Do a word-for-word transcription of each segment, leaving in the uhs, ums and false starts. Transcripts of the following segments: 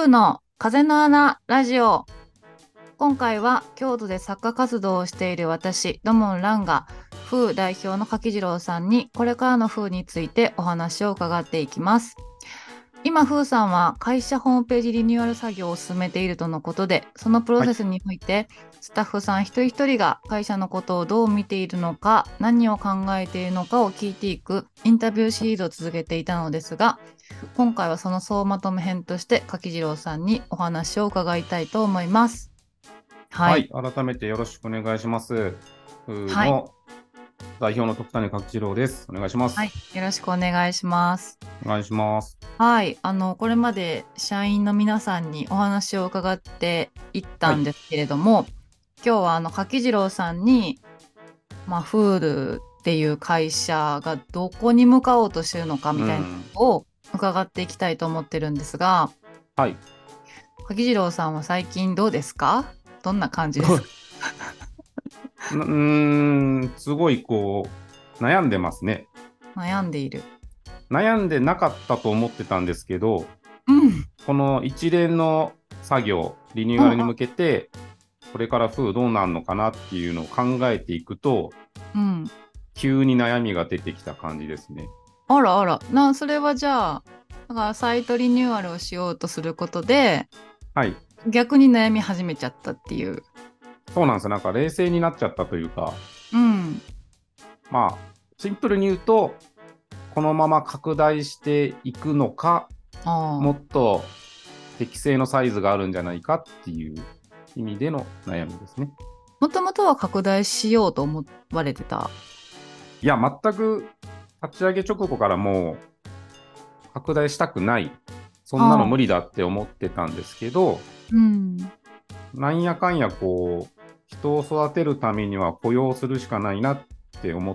風の風の穴ラジオ。今回は京都で作家活動をしている私土門蘭が風代表の柿次郎さんにこれからの風についてお話を伺っていきます。今風さんは会社ホームページリニューアル作業を進めているとのことで、そのプロはい、 セスにおいてスタッフさん一人一人が会社のことをどう見ているのか、何を考えているのかを聞いていくインタビューシリーズを続けていたのですが、今回はその総まとめ編として柿次郎さんにお話を伺いたいと思います。はい。 はい、改めてよろしくお願いします。うーはい。 の代表の徳谷勝次郎です。お願いします。 はい。よろしくお願いします。 お願いします。 はい。あの、これまで社員の皆さんにお話を伺っていったんはい。 ですけれども、今日はあの、柿次郎さんに、まあ、フールっていう会社がどこに向かおうとしてるのかみたいなうん。 のを伺っていきたいと思ってるんですが、 はい。 柿次郎さんは最近どうですか？どんな感じですか？ どうなうーん、すごいこう、悩んでますね。 悩んでいる。 悩んでなかったと思ってたんですけど、 うん。 この一連の作業、リニュうんーアルに向けて、これから風どうなるのかなっていうのを考えていくと、 うん。 急に悩みが出てきた感じですね。 あらあら。な、それはじゃあ、だからサイトリニューアルをしようとすることで、 はい。 逆に悩み始めちゃったっていう。 そうなんですよ。なんか冷静になっちゃったというか、 うん。 まあ、シンプルに言うと、このまま拡大していくのか、もああ。 っと適正のサイズがあるんじゃないかっていう意味での悩みですね。 もともとは拡大しようと思われてた。 いや、全く立ち上げ直後からもう拡大したくない、そんなのああ。 無理だって思ってたんですけど、 うん。 なんやかんやこう、人を育てるためには雇用するしかないなって思って、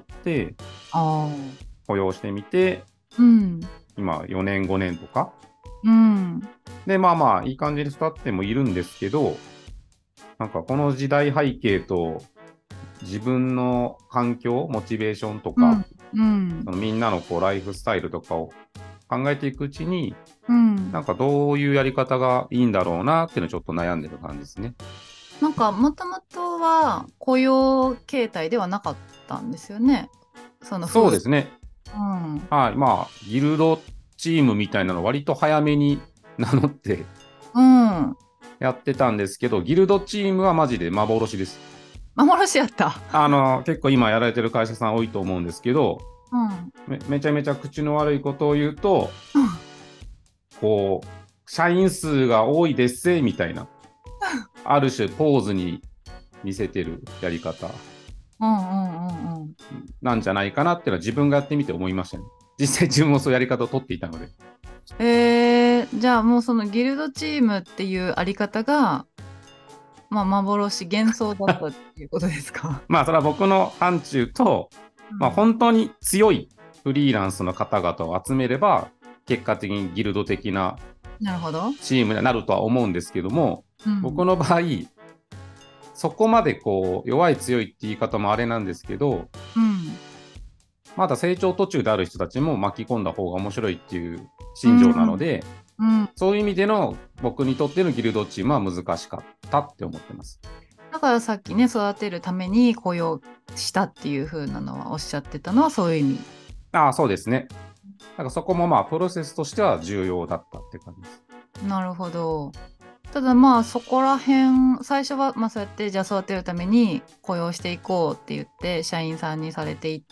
ああ。 雇用してみて、 うん。 今よねんごねんとか。 うん。 で、まあまあ、いい感じに育ってもいるんですけど、なんかこの時代背景と自分の環境、モチベーションとか、 うん。うん。 そのみんなのこうライフスタイルとかを考えていくうちに、 うん。 なんかどういうやり方がいいんだろうなっていうのをちょっと悩んでる感じですね。 なんか、もともとは雇用形態ではなかったんですよね。その風。 そうですね。 うん。 はい。まあ、ギルドチームみたいなの割と早めに名乗ってうん。 やってたんですけど、ギルドチームはマジで幻です。 幻やった。 あの、結構今やられてる会社さん多いと思うんですけど、 うん。 めめちゃめちゃ口の悪いことを言うと、こう、社員数が多いですせみたいな、ある種ポーズに見せてるやり方うんうんうんうん。 なんじゃないかなっていうのは自分がやってみて思いましたね。実際自分もそういうやり方を取っていたので。 えー、じゃあもうそのギルドチームっていうあり方が、まあ、幻、幻想だったっていうことですか？ まあ、それは僕の範疇と、まあ、 うん。 本当に強いフリーランスの方々を集めれば、結果的にギルド的ななるほど。 チームになるとは思うんですけども、 うん。 僕の場合、そこまでこう弱い強いって言い方もあれなんですけど、 うん。 まだ成長途中である人たちも巻き込んだ方が面白いっていうう心情なのん。 で、 うん。 そういう意味での僕にとってのギルドチームは難しかったって思ってます。 だからさっきね、育てるために雇用したっていう風なのはおっしゃってたのはそういう意味。 ああ、そうですね。だからそこもまあプロセスとしては重要だったって感じです。 なるほど。ただまあそこら辺、最初はまあそうやってじゃあ育てるために雇用していこうって言って社員さんにされていって、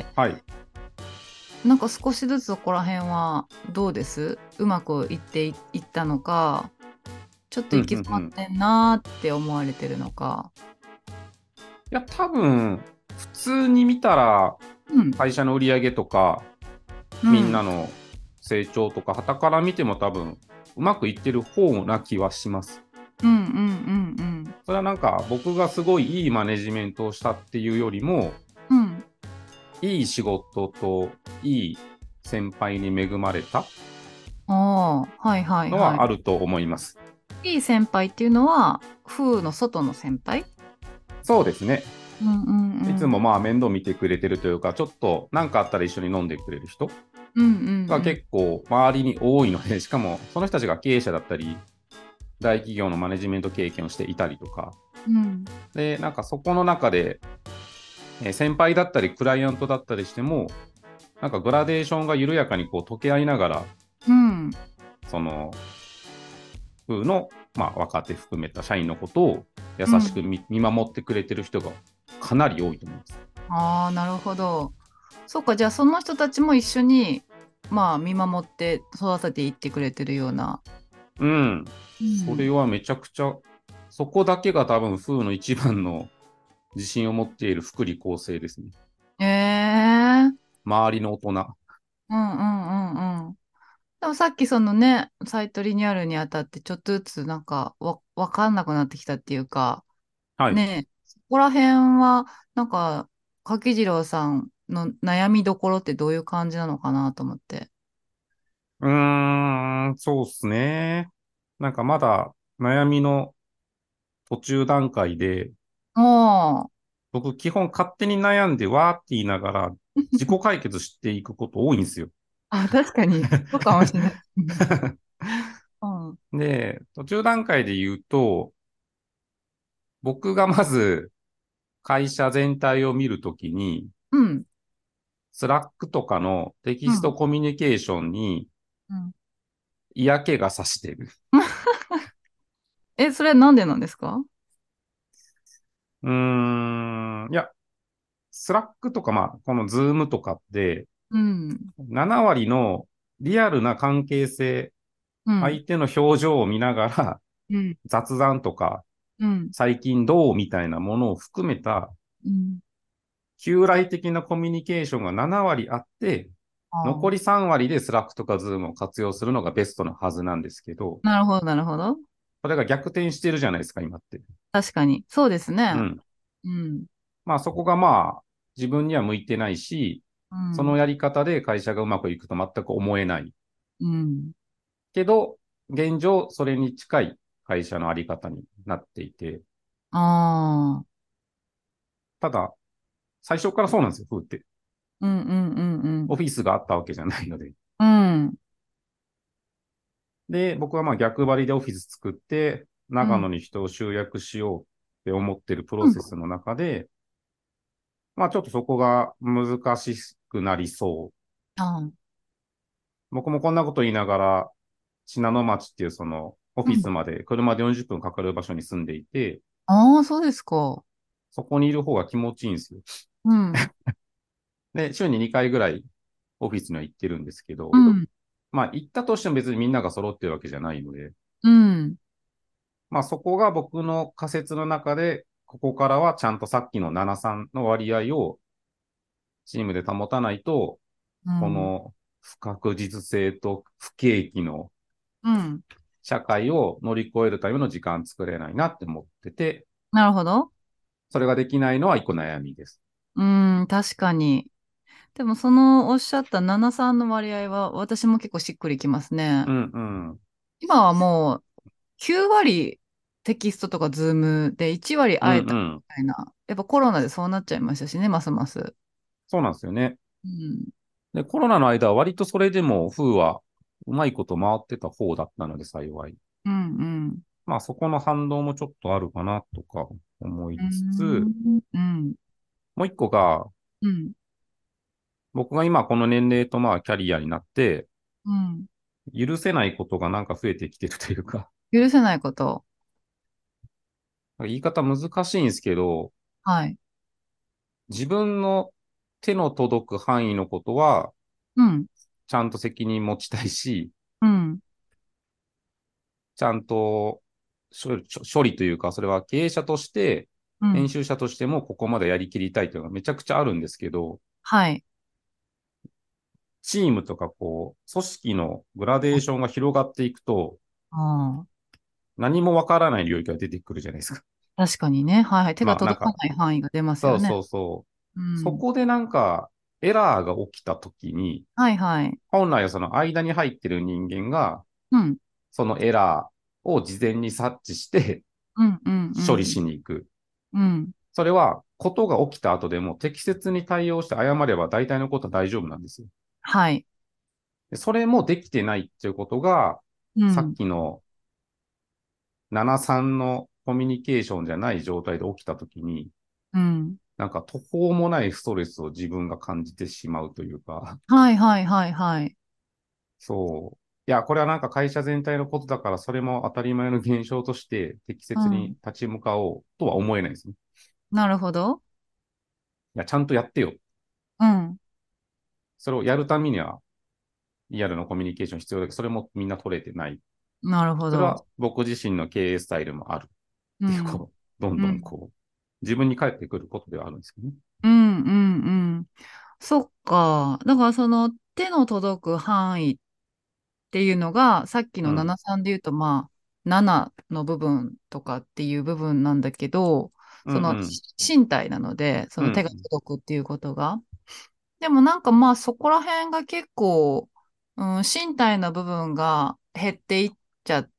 はい。 なんか少しずつそこら辺はどうです？うまくいっていいったのか、ちょっとうんう行き詰まっんうん。 てんなーって思われてるのか。 いや、多分、普通に見たら、 うん。 会社の売り上げとか、 うん。 みんなの成長とか、傍から見ても多分、うまくいってる方な気はします。 うんうんうんそれはなんか、僕がすごいいいマネジメントをしたっていうよりも、 うん。うん。 いい仕事といい先輩に恵まれたああ、はいはいのはい。 はあると思います。 いい先輩っていうのは、風の外の先輩？ そうですね。 うんうんうん。 いつもまあ面倒見てくれてるというか、ちょっと何かあったら一緒に飲んでくれる人うんうんうがん。 結構周りに多いので、しかもその人たちが経営者だったり、 大企業のマネジメント経験をしていたりとか、 うん。 で、なんかそこの中で、えー先輩だったりクライアントだったりしても、なんかグラデーションが緩やかにこう溶け合いながら、 うん。 その風の、まあ、若手含めた社員のことを優うん。 しく見見守ってくれてる人がかなり多いと思います。 ああ、なるほど。そうか、じゃあその人たちも一緒に、まあ、見守って育てていってくれてるような。 うん。 うん。 それはめちゃくちゃ、そこだけが多分風の一番の自信を持っている福利厚生ですね。 ええ、 周りの大人。 うんうんうんうん。でもさっきそのね、サイトリニューアルにあたってちょっとずつなんかわ、わかんなくなってきたっていうか、 はい。 ね、そこら辺はなんか、柿次郎さんの悩みどころってどういう感じなのかなと思って。 うーん、そうっすね。なんかまだ悩みの途中段階で、 ああ。 僕基本勝手に悩んでわーって言いながら自己解決していくこと多いんですよ。 あ、確かに、そうかもしれない。うん。 で、途中段階で言うと、僕がまず会社全体を見るときに、 うん。 スラックとかのテキストうん。 コミュニケーションにうん。 嫌気がさしてる。 え、それはなんでなんですか？ うーん、いや、スラックとか、まあ、このズームとかって、 うん。 なな割のリアルな関係性、 うん。 相手の表情を見ながら、 うん。 雑談とか、 うん。 最近どうみたいなものを含めた、 うん。 旧来的なコミュニケーションがなな割あって、残りああ。 さん割でスラックとかズームを活用するのがベストなはずなんですけど、 なるほど、なるほど。 それが逆転してるじゃないですか、今って。 確かに。そうですね。 うん。 うん。 まあそこがまあ自分には向いてないし、 うん。 そのやり方で会社がうまくいくと全く思えない。 うん。 けど、現状それに近い会社のあり方になっていて、 ああ。 ただ、最初からそうなんですよ、風って。 うんうんうんうん。 オフィスがあったわけじゃないので。 うん。 で、僕はまあ逆張りでオフィス作って、 うん。 長野に人を集約しようって思ってるプうん。 ロセスの中で、まあちょっとそこが難しくなりそう。 ああ。 僕もこんなこと言いながら、信濃町っていうそのオフうん。 ィスまで車でよんじゅっぷんかかる場所に住んでいて、 ああ、そうですか。 そこにいる方が気持ちいいんですよ。 うん。 で、週ににかいぐらいオフィスには行ってるんですけど、 うん。 まあ行ったとしても別にみんなが揃ってるわけじゃないので、 うん。 まあそこが僕の仮説の中で、ここからはちゃんとさっきのななさんの割合をチームで保たないと、 うん。 この不確実性と不景気のうん。 社会を乗り越えるための時間作れないなって思ってて、 なるほど。 それができないのは一個悩みです。 うん。確かに。でもそのおっしゃったななさんの割合は私も結構しっくりきますね。 うんうん。 今はもうきゅう割テキストとかズームでいち割うん会えたみうん。 たいな。やっぱコロナでそうなっちゃいましたしね、ますます。 そうなんですよね。 うん。 で、コロナの間は割とそれでも風はうまいこと回ってた方だったので幸い。 うんうん。 まあそこの反動もちょっとあるかなとか思いうつつ、 ん。うん。 もう一個が、 うん。 僕が今この年齢とまあキャリアになって、 うん。 許せないことがなんか増えてきてるというか、 許せないこと。 言い方難しいんですけど、 はい。 自分の手の届く範囲のことはうん。 ちゃんと責任持ちたいし、 うん。 ちゃんと処理処理というか、それは経営者として、 うん。 編集者としてもここまでやりきりたいというのがめちゃくちゃあるんですけど、 はい。 チームとかこう、組織のグラデーションが広がっていくと、 ああ。 何もわからない領域が出てくるじゃないですか。 確かにね。はいはい。手がまあなん届かか、 ない範囲が出ますよね。 そうそうそう。 うん。 そこでなんか、エラーが起きたときに、 はいはい。 本来はその間に入ってる人間が、 うん。 そのエラーを事前に察知してうんうんう処理ん。 しに行く。 うん。 それは、ことが起きた後でも適切に対応して謝れば大体のことは大丈夫なんですよ。 はい。 でそれもできてないっていうことが、さっうん。 きのななさんのコミュニケーションじゃない状態で起きたときに、 うん。 なんか途方もないストレスを自分が感じてしまうというか、 はいはいはいはい。 そう。いや、これはなんか会社全体のことだから、それも当たり前の現象として適切にうん。 立ち向かおうとは思えないですね。 なるほど。 いや、ちゃんとやってよ。 うん。 それをやるためには、リアルのコミュニケーション必要だけど、それもみんな取れてない。 なるほど。 それは僕自身の経営スタイルもあるっていう、 うん。 こう、どんうん。 どんこう、自分に返ってくることではあるんですけどね。 うんうんうん。そっか。だからその手の届く範囲っていうのが、さっきのうん。 ななさんで言うと、まあ、ななの部分とかっていう部分なんだけど、 うんそのうん。 し身体なので、その手がうん。 届くっていうことが。でもなんかまあそこら辺が結構、うん、身体の部分が減っていっちゃって、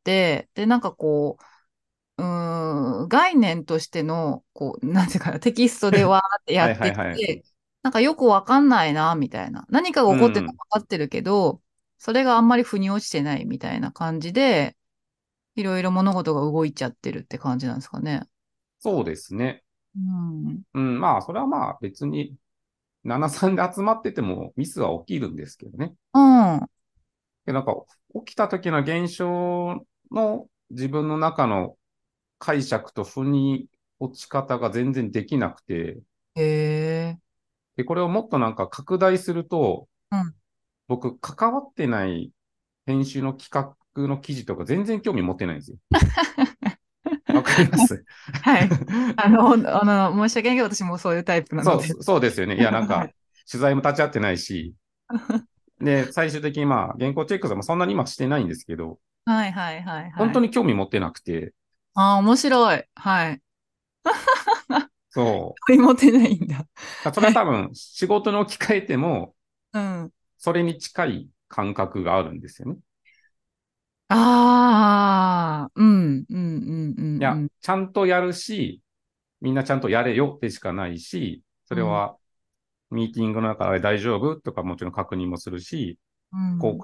で、なんかこう、うん、概念としての、こう、なんていうかな、テキストでわーってはいやってはいはい。 て、なんかよくわかんないな、みたいな。何かが起こってるのうん。 分かってるけど、それがあんまり腑に落ちてないみたいな感じで、いろいろ物事が動いちゃってるって感じなんですかね。 そうですね。 うん。 うん。まあ、それはまあ別に、ななさんで集まっててもミスは起きるんですけどね。 うん。 で、なんか、起きた時の現象の自分の中の解釈と腑に落ち方が全然できなくて、 へえ。 で、これをもっとなんか拡大すると、 うん。 僕、関わってない編集の企画の記事とか全然興味持ってないんですよ。わかります？ はい。あの、あの、申し訳ないけど、私もそういうタイプなのそう、 で。 そうですよね。いや、なんか、 はい。 取材も立ち会ってないし、で、最終的にまあ、原稿チェックとかもそんなに今してないんですけど、 はいはいはい本当はい。 に興味持ってなくて、 ああ、面白い。はい。 そう。 問い持てないんだ。 だそれはい。 は多分、仕事に置き換えても、 うん。 それに近い感覚があるんですよね。 ああ、うん、うん、うん、うん、 いや、 うん。 ちゃんとやるし、みんなちゃんとやれよってしかないし、そうん、 れはミーティングの中で大丈夫とかもちろん確認もするし、 うん、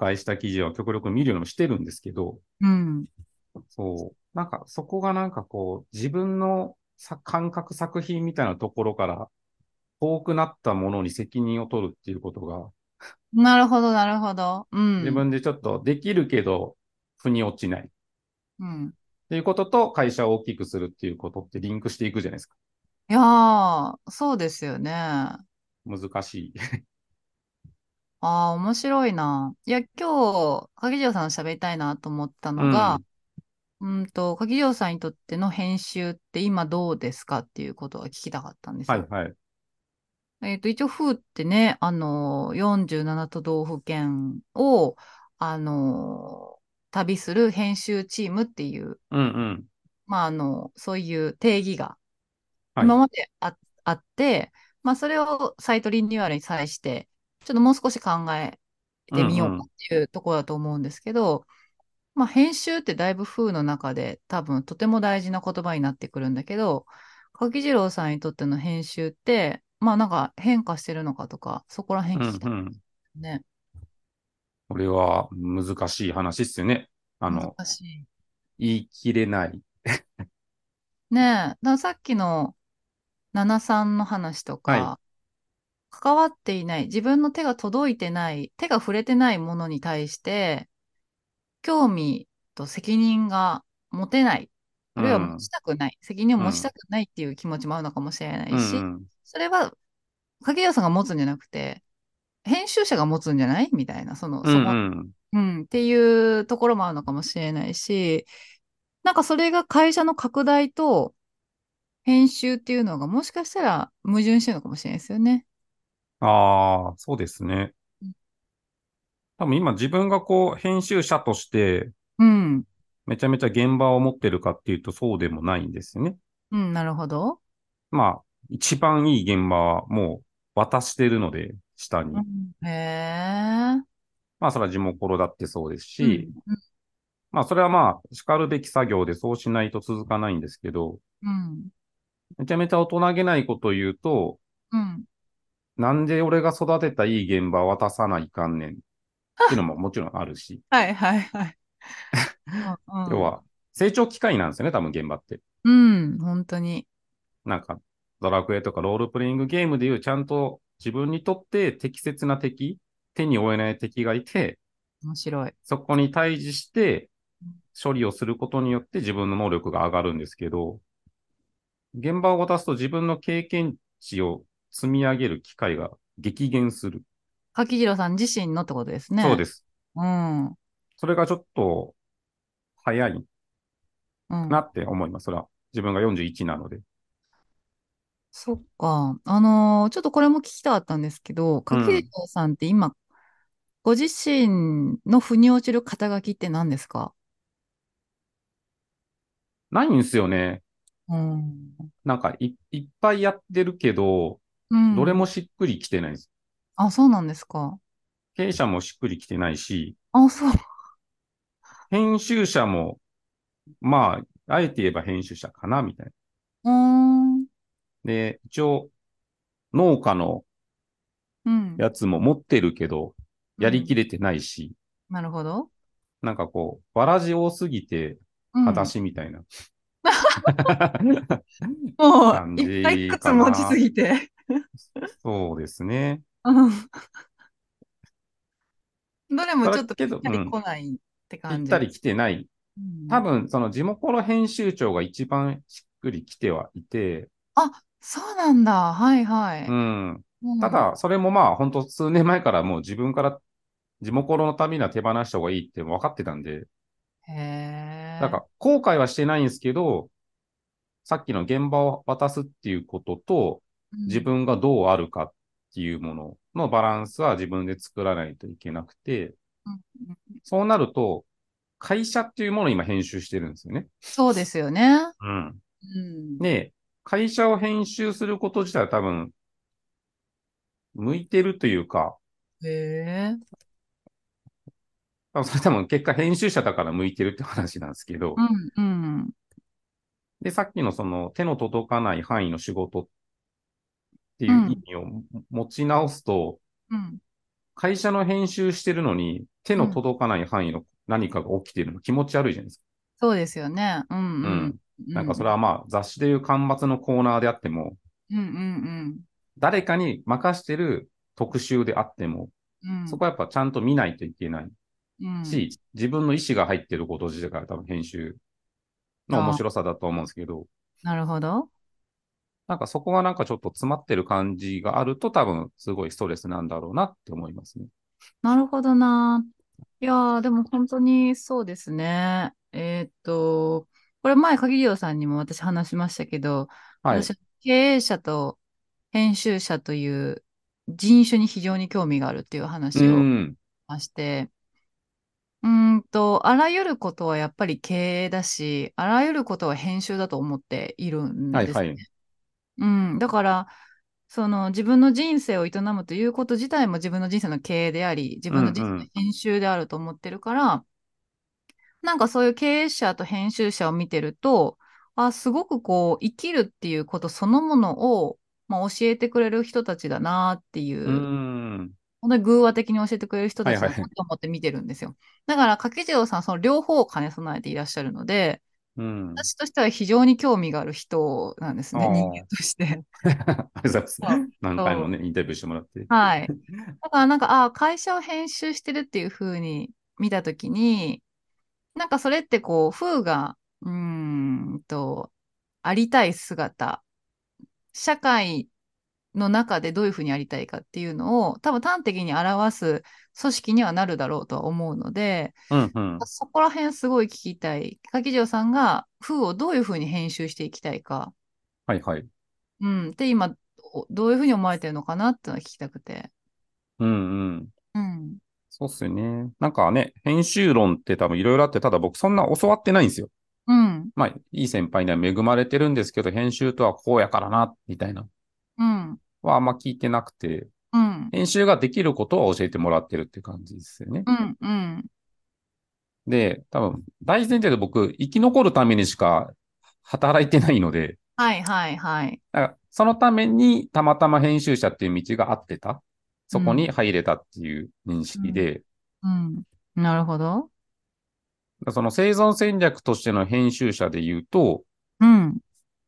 公開した記事は極力見るようにもしてるんですけど、 うん。 そう、なんかそこがなんかこう、自分のさ感覚作品みたいなところから遠くなったものに責任を取るっていうことが、 なるほど、なるほど。うん、 自分でちょっとできるけど、腑に落ちない。っうん。 ていうことと会社を大きくするっていうことってリンクしていくじゃないですか。 いやー、そうですよね。あ難しい。 あ、面白いな。いや、今日、影城さんと喋りたいなと思ったのが、 うん。 うんと、影城さんにとっての編集って今どうですかっていうことが聞きたかったんですよ。 はいはい。 えっと、一応、フーってね、あの、よんじゅうなな都道府県を、あの、旅する編集チームっていう、 うんうん。 まあ、あの、そういう定義がはい。 今まであ、あって、まあ、それをサイトリニューアルに際して、ちょっともう少し考えうんてみようかうん。 っていうところだと思うんですけど、まあ、編集ってだいぶ風の中で多分とても大事な言葉になってくるんだけど、柿次郎さんにとっての編集って、まあなんか変化してるのかとか、そこら辺うん聞きたいうん。 ね。 これは難しい話っすよね。あ難の、 しい。 言い切れない。 ねえ、だからさっきのナナさんの話とはい。 か、関わっていない、自分の手が届いてない、手が触れてないものに対して、興味と責任が持てない、あるいは持うん。 ちたくない、責任をうん。 持ちたくないっていう気持ちもあるのかもしれなうんういし、 ん。 それは影屋さんが持つんじゃなくて、編集者が持つんじゃないみたいな、その、 うんそこ、 うん。 うん、っていうところもあるのかもしれないし、なんかそれが会社の拡大と編集っていうのがもしかしたら矛盾してるのかもしれないですよね。 ああ、そうですね。多分今自分がこう、編集者としてうん、 めちゃめちゃ現場を持ってるかっていうとそうでもないんですよね。 うん、なるほど。 まあ、一番いい現場はもう渡してるので、下に。 うん、へえ、 まあ、それは地元だってそうですし、 うん、うん、 まあ、それはまあ、叱るべき作業でそうしないと続かないんですけど、 うん、 めちゃめちゃ大人げないことを言うと、 うん。 なんで俺が育てたいい現場を渡さないかんねんっていうのももちろんあるし、 はいはいはい。うん、うん、 要は、 成長機会なんですよね、多分現場って。 うん、本当に。 なんか、ドラクエとかロールプレイングゲームでいうちゃんと自分にとって適切な敵、手に負えない敵がいて、 面白い。 そこに対峙して処理をすることによって自分の能力が上がるんですけど、現場を渡すと自分の経験値を積み上げる機会が激減する。 柿次郎さん自身のってことですね。 そうです。 うん。うん。 それがちょっと早いなって思います。それは自分がよんじゅういちなので。 そっか。あのーちょっとこれも聞きたかったんですけど、柿次うん。 郎さんって今、ご自身の腑に落ちる肩書きって何ですか？ ないんですよね。 うん。 なんかい、いっぱいやってるけど、 うん。 どれもしっくりきてないです。 あ、そうなんですか。 経営者もしっくりきてないし、 あ、そう。 編集者も、まあ、あえて言えば編集者かな、みたいな。 うーん。 で、一応、農家のうん。 やつも持ってるけど、 うん。 やりきれてないし、 なるほど。 なんかこう、わらじ多すぎて、裸うん。 足みたいなもう、 感いっぱいいじくつ持ちすかな。 ぎて。 そうですね。 うん。どれもちょっとぴだけど、 ったりうん。 来ないってぴったり感じです。 来てない。 うん。 多分、その地元の編集長が一番しっくり来てはいて、 あ、そうなんだ。はいはうい。 ん。 うん。 ただ、それもまあ、本当数年前からもう自分から地元のためには手放した方がいいって分かってたんで、 へえ。 なんか後悔はしてないんですけど、さっきの現場を渡すっていうことと、自うん。 分がどうあるかっていうもののバランスは自分で作らないといけなくて、 うん。 そうなると、会社っていうものを今編集してるんですよね。 そうですよね。 うん。 うん。 で、会社を編集すること自体は多分、向いてるというか、 へえ。 多分それ多分結果編集者だから向いてるって話なんですけど、 うん。うん。 で、さっきのその手の届かない範囲の仕事っていう意うん。 味を持ち直すと、 うん。 会社の編集してるのに手のうん。 届かない範囲の何かが起きてるの気持ち悪いじゃないですか。 そうですよね。うん。うん。 うん。なんかそれうん。 はまあ雑誌でいう刊抜のコーナーであっても、 うん。うん。 誰かに任してる特集であっても、 うん。 そこはやっぱちゃんと見ないといけないうん。 し、自分の意思が入ってること自体が多分編集の面あ、 白さだと思うんですけど、 なるほど。 なんかそこがなんかちょっと詰まってる感じがあると多分すごいストレスなんだろうなって思いますね。 なるほどな。いやー、でも本当にそうですね。えーっと、これ前、鍵業さんにも私話しましたけど、 はい。 私、経営者と編集者という人種に非常に興味があるっていううー話をん。 まして、うーんと、あらゆることはやっぱり経営だし、あらゆることは編集だと思っているんです。 はいはい。 うん。だから、その自分の人生を営むということ自体も自分の人生の経営であり、自うん分の人生のうん。 編集であると思ってるから、なんかそういう経営者と編集者を見てると、あ、すごくこう、生きるっていうことそのものを、まあ、教えてくれる人たちだなっていうーう、 ん。 本当に偶話的に教えてくれる人たちだなはいはい。 と思って見てるんですよ。だから、掛次郎さん、その両方を兼ね備えていらっしゃるので、 うん。 私としては非常に興味がある人なんですあね、人間あ。 として。 ありがとうございます。 そう何回もね、 そうインタビューしてもらって。 はい。だからなんか、ああ、会社を編集してるっていう風に見たときに、なんかそれってこう、風が、うーんと、ありたい姿、社会の中でどういうふうにありたいかっていうのを、多分端的に表す組織にはなるだろうとは思うので、 うんうん。 そこら辺すごい聞きたい。柿城さんが風をどういうふうに編集していきたいか、 はいはい。 うん。で、今、おどういうふうに思われてるのかなっていうのは聞きたくて。 うんうん。 うん。 そうっすよね。なんかね、編集論って多分いろいろあって、ただ僕そんな教わってないんですよ。 うん。 まあ、いい先輩には恵まれてるんですけど、編集とはこうやからな、みたいな、 うん。 はあんま聞いてなくて、 うん。 編集ができることは教えてもらってるって感じですよね。 うん。うん。 で、多分、大前提で僕、生き残るためにしか働いてないので、 はいはいはい。 だからそのためにたまたま編集者っていう道があってた。そこにうん。 入れたっていう認うん。 識で、 うん。なるほど。 その生存戦略としての編集者で言うと、 うん。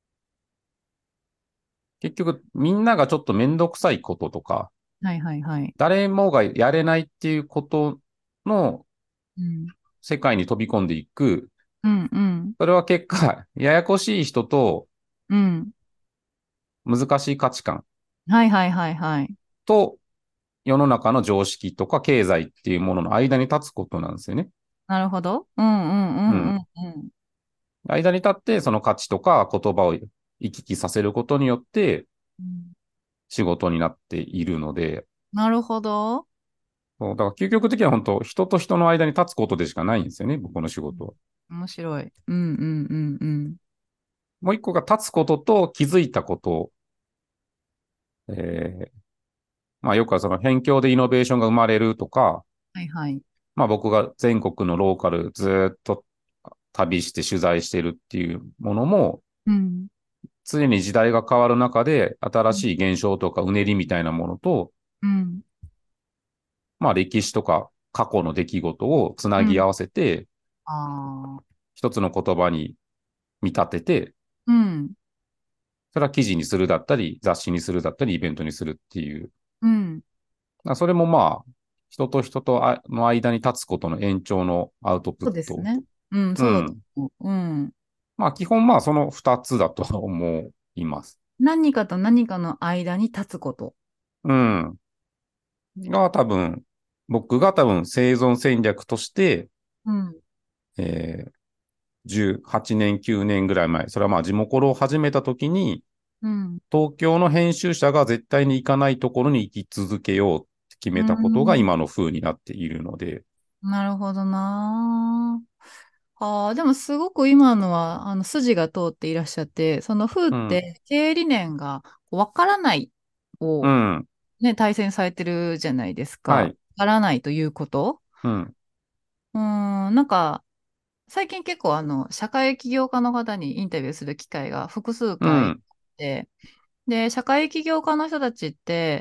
結局みんながちょっとめんどくさいこととか、 はいはいはい。 誰もがやれないっていうことのうん。 世界に飛び込んでいく。 うんうん。 それは結果、ややこしい人とうん。 難しい価値観はいはいはいはい。 と世の中の常識とか経済っていうものの間に立つことなんですよね。 なるほど。うんうんううん。 んうんうん。 間に立ってその価値とか言葉を行き来させることによってうん、 仕事になっているので、 なるほど。 そうだから究極的には本当人と人の間に立つことでしかないんですよね、僕の仕事は。 面白い。うんうんうんうん。 もう一個が立つことと気づいたこと、えー、まあよくはその辺境でイノベーションが生まれるとか、 はいはい。 まあ僕が全国のローカルずっと旅して取材してるっていうものも、 うん。 常に時代が変わる中で新うん。 しい現象とかうねりみたいなものと、 うん。 まあ歴史とか過去の出来事をつなうん。 ぎ合わせて、 ああ。 一つの言葉に見立てて、 うん。 それは記事にするだったり、雑誌にするだったり、イベントにするっていう。 うん。 それもまあ、人と人との間に立つことの延長のアウトプそうット。 ですね。うん、そうだとうん。 思う。うん。 まあ基本まあその二つだと思います。 何かと何かの間に立つこと。 うん。が多分、僕が多分生存戦略として、 うん。 えー、じゅうはちねん、きゅうねんぐらい前、それはまあ地元を始めた時に、 うん。 東京の編集者が絶対に行かないところに行き続けようって決うめたことがん。 今の風になっているので、 なるほどな。ああ、でもすごく今のは、あの、筋が通っていらっしゃって、その風っうん、 て経営理念がわからないをうん、 ね、対戦されてるじゃないですか。わはい、 からないということ。 うん、 うーん、なんか、最近結構あの、社会起業家の方にインタビューする機会が複数回あっうん、 て、で、社会起業家の人たちって、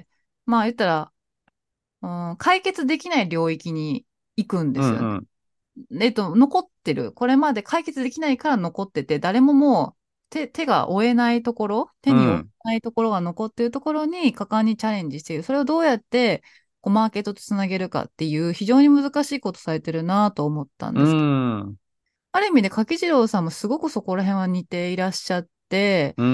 まあ言ったら、うん、解決できない領域に行くんでうん、 すよね。 うん、 えっと、残ってる。これまで解決できないから残ってて、誰ももう手、手が負えないところ、手に負うん、 えないところが残っているところに果敢にチャレンジしている。それをどうやってこうマーケットとつなげるかっていう非常に難しいことされてるなと思ったんうですけど、 ん、 ある意味で柿次郎さんもすごくそこら辺は似ていらっしゃって、 うん、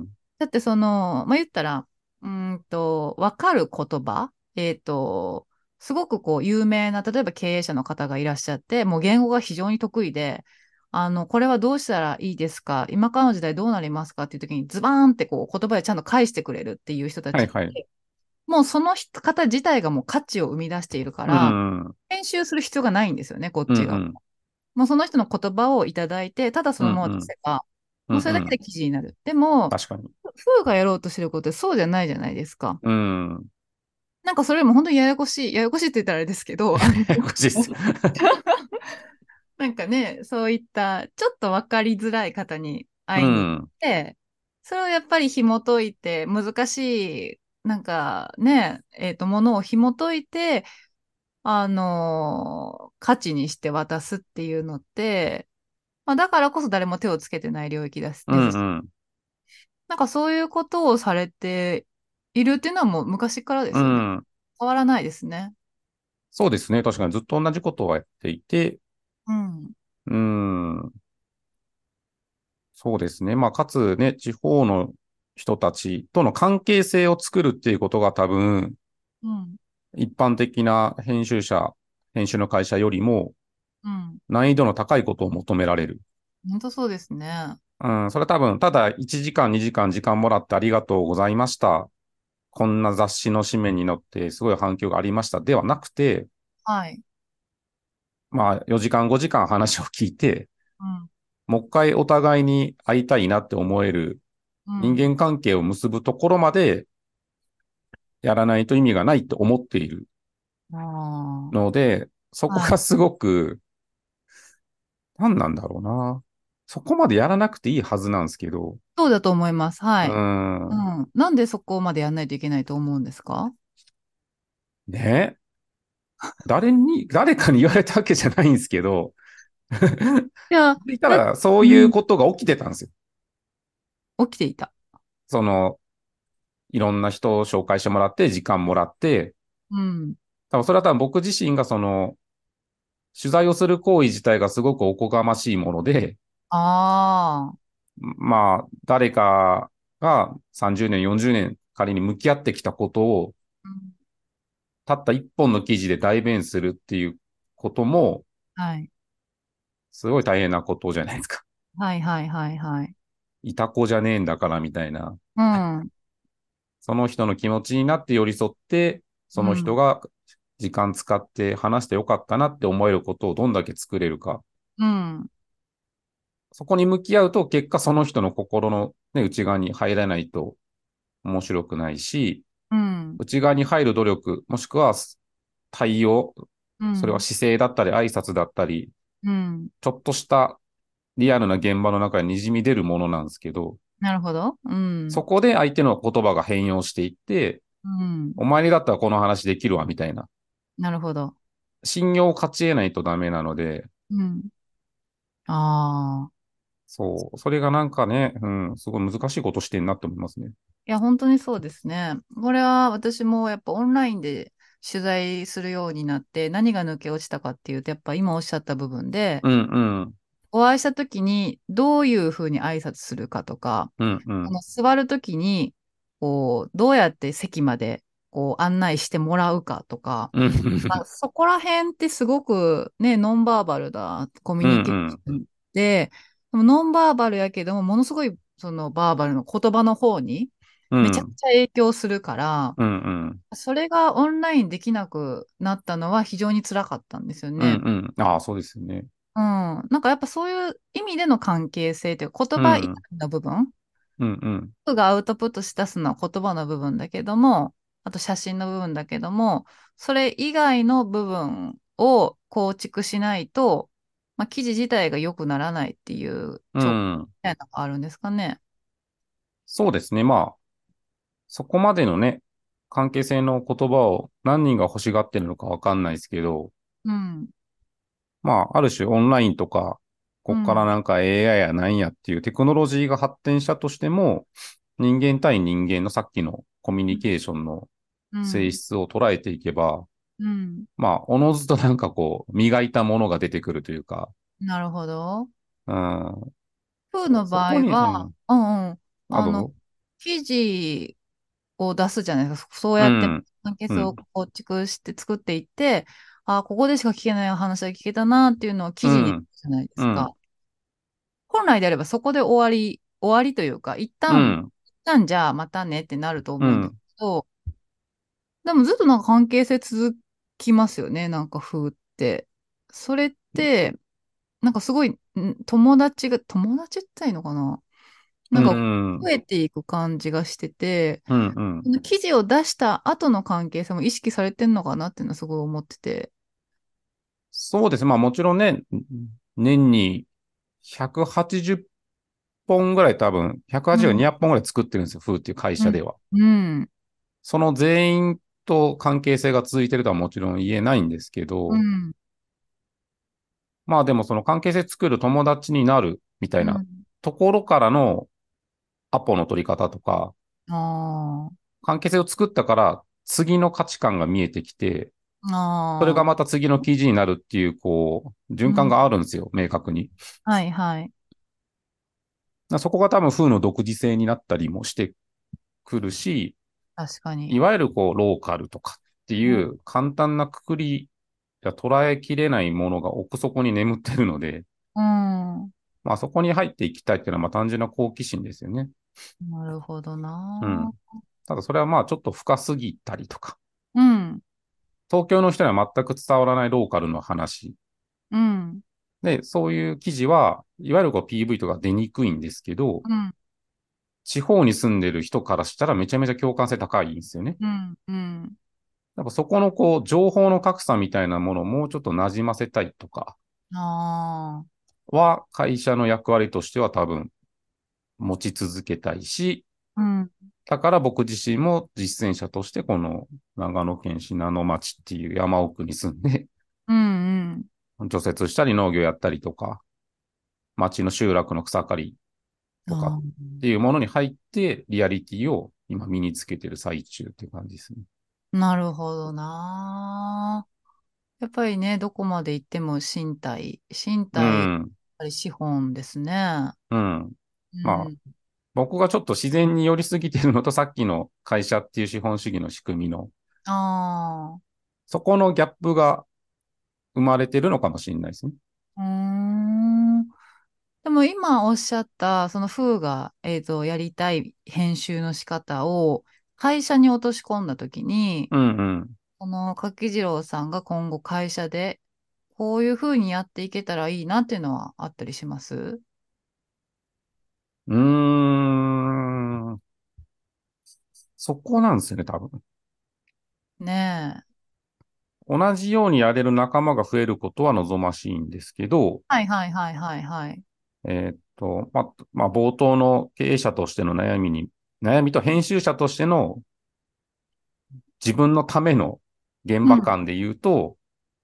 だってその、まあ、言ったら、うーんと、わかる言葉、えっと、すごくこう有名な、例えば経営者の方がいらっしゃって、もう言語が非常に得意で、あの、これはどうしたらいいですか、今からの時代どうなりますかっていう時にズバーンってこう言葉でちゃんと返してくれるっていう人たはい、はい、 ちって、もうその人方自体がもう価値を生み出しているかうら、 ん、 編集する必要がないんですよね、こっうん、うちが。 ん、 もうその人の言葉をいただいて、ただそうん、 のままうん、 出せば、 うん、うん、 もうそれだけで記事になる。でも、 確かに。 フーがやろうとしてることってそうじゃないじゃないですか。 うん、 なんかそれも本当にややこしい、ややこしいって言ったらあれですけど、あのこっちです。 なんかね、そういったちょっとわかりづらい方にう会いに行っん、 て、それをやっぱり紐解いて、難しい、なんかね、えっと、ものを紐解いて、あのー価値にして渡すっていうのって、まあ、だからこそ誰も手をつけてない領域ですうん、 ですし、 うん、 なんかそういうことをされているっていうのはもう昔からでうすよね。 ん。 変わらないですね。 そうですね。確かにずっと同じことをやっていて、 うん。 うん、そうですね。まあ、かつね、地方の人たちとの関係性を作るっていうことが多分、 うん。 一般的な編集者、編集の会社よりもうん。 難易度の高いことを求められる。 本当そうですね。 うん、それ多分、ただいちじかん、にじかん時間もらってありがとうございました。こんな雑誌の紙面に載ってすごい反響がありましたではなくて、 はい。 まあよじかん、ごじかん話を聞いて、 うん。 もう一回お互いに会いたいなって思える人うん。 間関係を結ぶところまでやらないと意味がないと思っているあので、そあ。はい。 こがすごく、何なんだろうな。そこまでやらなくていいはずなんですけど、 そうだと思います。はうーい。うん、 ん。なんでそこまでやんないといけないと思うんですか？ ね。誰に、誰かに言われたわけじゃないんですけど、 いや、 でいただ、 ら、そういううん、 ことが起きてたんですよ。 起きていた。 その、いろんな人を紹介してもらって、時間もらって、 うん。 多分それは多分僕自身がその、取材をする行為自体がすごくおこがましいもので、 ああ。 まあ、誰かがさんじゅうねん、よんじゅうねん仮に向き合ってきたことを、 うん、 たった一本の記事で代弁するっていうことも、 はい。 すごい大変なことじゃないですか。 はいはいはいはい。 いた子じゃねえんだからみたいな。 うん。 その人の気持ちになって寄り添って、その人うん。 が時間使って話してよかったなって思えることをどんだけ作れるか。 うん。 そこに向き合うと、結果その人の心の、ね、内側に入らないと面白くないし、 うん。 内側に入る努力、もしくは対応、それはうん。 姿勢だったり挨拶だったり、 うん。 ちょっとしたリアルな現場の中に滲み出るものなんですけど、 なるほど。うん。 そこで相手の言葉が変容していって、 うん。 お前にだったらこの話できるわ、みたいな。 なるほど。 信用を勝ち得ないとダメなので、 うん。ああ。 そう、それがなんかね、うん、すごい難しいことしてんなって思いますね。 いや、本当にそうですね。これは私もやっぱオンラインで取材するようになって何が抜け落ちたかっていうと、やっぱ今おっしゃった部分で、 うん、うん、 お会いした時にどういうふうに挨拶するかとか、 うん、うん、 あの座る時にこうどうやって席までこう案内してもらうかとか、 うん、 まあ、そこら辺ってすごくね、ノンバーバルだコミュうん、 ニケーシうん、 ョンで、でもノンバーバルやけども、ものすごいそのバーバルの言葉の方にめちゃくうん、 ちゃ影響するから、 うん、 それがオンラインできなくなったのは非常に辛かったんですようん、 ね。 うん。ああ、そうですよね。 うん。なんかやっぱそういう意味での関係性というか言葉以うん、 外の部分、 うん、うん、 僕がアウトプットし出すのは言葉の部分だけども、あと写真の部分だけども、それ以外の部分を構築しないと、まあ、記事自体が良くならないっていうう直感みん。 たいなのがあるんですかね。 そうですね。まあ、そこまでのね、関係性の言葉を何人が欲しがってるのかわかんないですけど、 うん。 まあ、ある種オンラインとか、こっからうん。 なんか エーアイ やなんやっていうテクノロジーが発展したとしても、人間対人間のさっきのコミュニケーションのうん。 性質を捉えていけば、 うん。 まあ、おのずとなんかこう、磨いたものが出てくるというか、 なるほど。 うん、そ、 フーの場そこに、う合は、 ん、 うんうん。 あ、 あの、 どうぞ。 記事を出すじゃないですか。そうやってうん、 関係性をうん、 構築して作っていって、あ、ここでしか聞けない話が聞けたなっていうのを記事にうん、 じゃないでうん、 すか。本来であればそこで終わり、終わりというか、一旦、 うん、 一旦じゃあまたねってなると思うんですけうん、 ど、でもずっとなんか関係性続きますよね、なんか風って。それって、なんかすごい、ん友達が、友達って言ったらいいのかな、 うなんかん、 増えていく感じがしてて、 うん、うん。 この記事を出した後の関係性も意識されてんのかなっていうのはすごい思ってて。 そうですね。まあもちろんね、年にひゃくはちじゅっぽんぐらい多分、ひゃくはちじゅう、 うん。 にひゃっぽんぐらい作ってるんですよ。フーっていう会うん。 社では。 うん。 その全員と関係性が続いてるとはもちろん言えないんですけど、 うん。 まあでもその関係性作る友達になるみたいなうん。 ところからのアポの取り方とか、 あ関係性を作ったから次の価値観が見えてきて、それあ。ああ。 がまた次の記事になるっていう、こう、循環うん。 があるんですよ、明確に。 はいはい。 そこが多分風の独自性になったりもしてくるし、 確かに。 いわゆるこう、ローカルとかってうん。 いう簡単なくくりが捉えきれないものが奥底に眠ってるので、 うん。 まあそこに入っていきたいっていうのはまあ単純な好奇心ですよね。 なるほどな。 うん。ただそれはまあちょっと深すぎたりとか、 うん。 東京の人には全く伝わらないローカルの話。 うん。 で、そういう記事は、いわゆるこう ピーブイ とか出にくいんですけど、 うん。 地方に住んでる人からしたらめちゃめちゃ共感性高いんですよね。 うん。うん。 やっぱそこのこう、情報の格差みたいなものをもうちょっと馴染ませたいとかああ。 は、会社の役割としては多分持ち続けたいし、 うん。 だから僕自身も実践者としてこの長野県信濃町っていう山奥に住んで、 うん。うん。 除雪したり農業やったりとか、町の集落の草刈りとかっあていうものに入って、リアリティを今身につけてる最中っていう感じですね。 ー、なるほどな。やっぱりね、どこまで行っても身体、身う体、やっん。 ぱり資本ですね。 うん。まあ、 うん。 僕がちょっと自然に寄りすぎてるのと、さっきの会社っていう資本主義の仕組みの、 あそこのギャップが生まれてるのかもしれないですね。 あ。うーん。でも今おっしゃった、そのフーが、えっと、やりたい編集の仕方を会社に落とし込んだときに、 うんうん。 この柿次郎さんが今後会社でこういうふうにやっていけたらいいなっていうのはあったりします？ うーん。そこなんですよね、多分。 ねえ。 同じようにやれる仲間が増えることは望ましいんですけど、 はいはいはいはいはい。 えーっと、ま、まあ、冒頭の経営者としての悩みに、悩みと編集者としての自分のための現うん、 場感で言うと、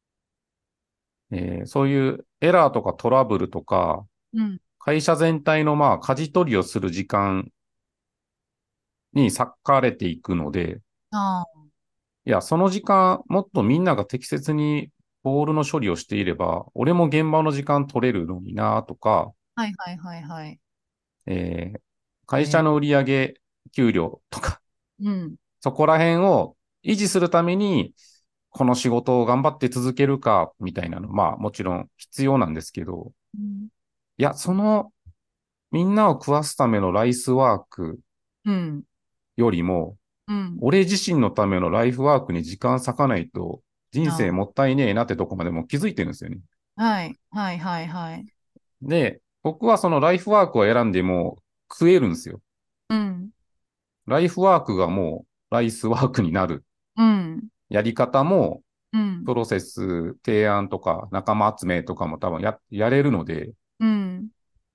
えーそういうエラーとかトラブルとか、 うん。 会社全体のまあ、舵取りをする時間に割かれていくので、 ああ、 いや、その時間、もっとみんなが適切にボールの処理をしていれば、俺も現場の時間取れるのになとか、 はいはいはいはい。 えー会えー、 社の売上、給料とか、 うん、 そこら辺を維持するために、この仕事を頑張って続けるか、みたいなの、まあもちろん必要なんですけど、 うん、 いや、そのみんなを食わすためのライスワークうん、 よりも、 うん。 俺自身のためのライフワークに時間割かないと、人生あもったいねえなってとこまでもう気づいてるんですよね。 あ、はいはいはいはい。 で、僕はそのライフワークを選んでも食えるんですよ。 うん、 ライフワークがもうライスワークになる。 うん、 やり方も、 うん、 プロセス、提案とか仲間集めとかも多分や、やれるので、 うん。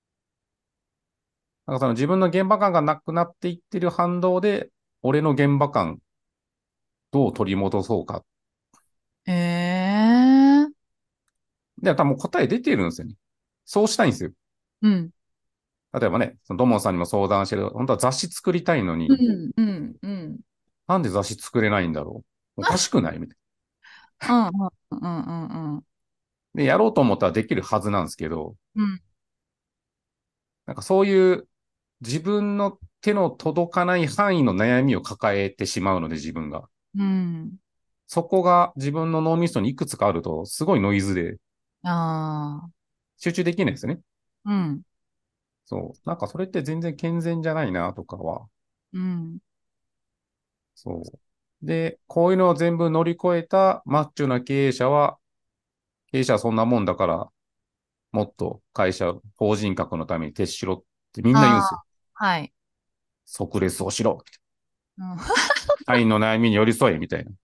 なんかその自分の現場感がなくなっていってる反動で、俺の現場感どう取り戻そうか。 ええ、 で、多分答え出てるんですよね。そうしたいんですよ。 うん、 例えばね、そのドモンさんにも相談してる、本当は雑誌作りたいのに、 うん、うん、うん。 なんで雑誌作れないんだろう。おかしくないみたいうん、うん、うん、うん、うん。 な。で、やろうと思ったらできるはずなんですけど、 うん、 なんかそういう自分の手の届かない範囲の悩みを抱えてしまうので、自分が。 うん。 そこが自分の脳みそにいくつかあると、すごいノイズでああ、 集中できないですよね。 うん、 そう。なんかそれって全然健全じゃないなとかは。 うん、 そう。で、こういうのを全部乗り越えたマッチョな経営者は、経営者はそんなもんだから、もっと会社、法人格のために徹しろってみんな言うんですよ。 ああ、はい。 即レスをしろ。 うん、 社員の悩みに寄り添え、みたいな。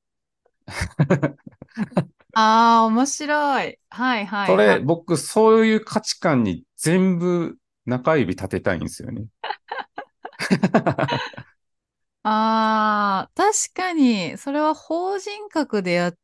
ああ、面白い。はいはそれ、 いはい。 僕、そういう価値観に全部中指立てたいんですよね。 ああ、確かに、それは法人格でやって、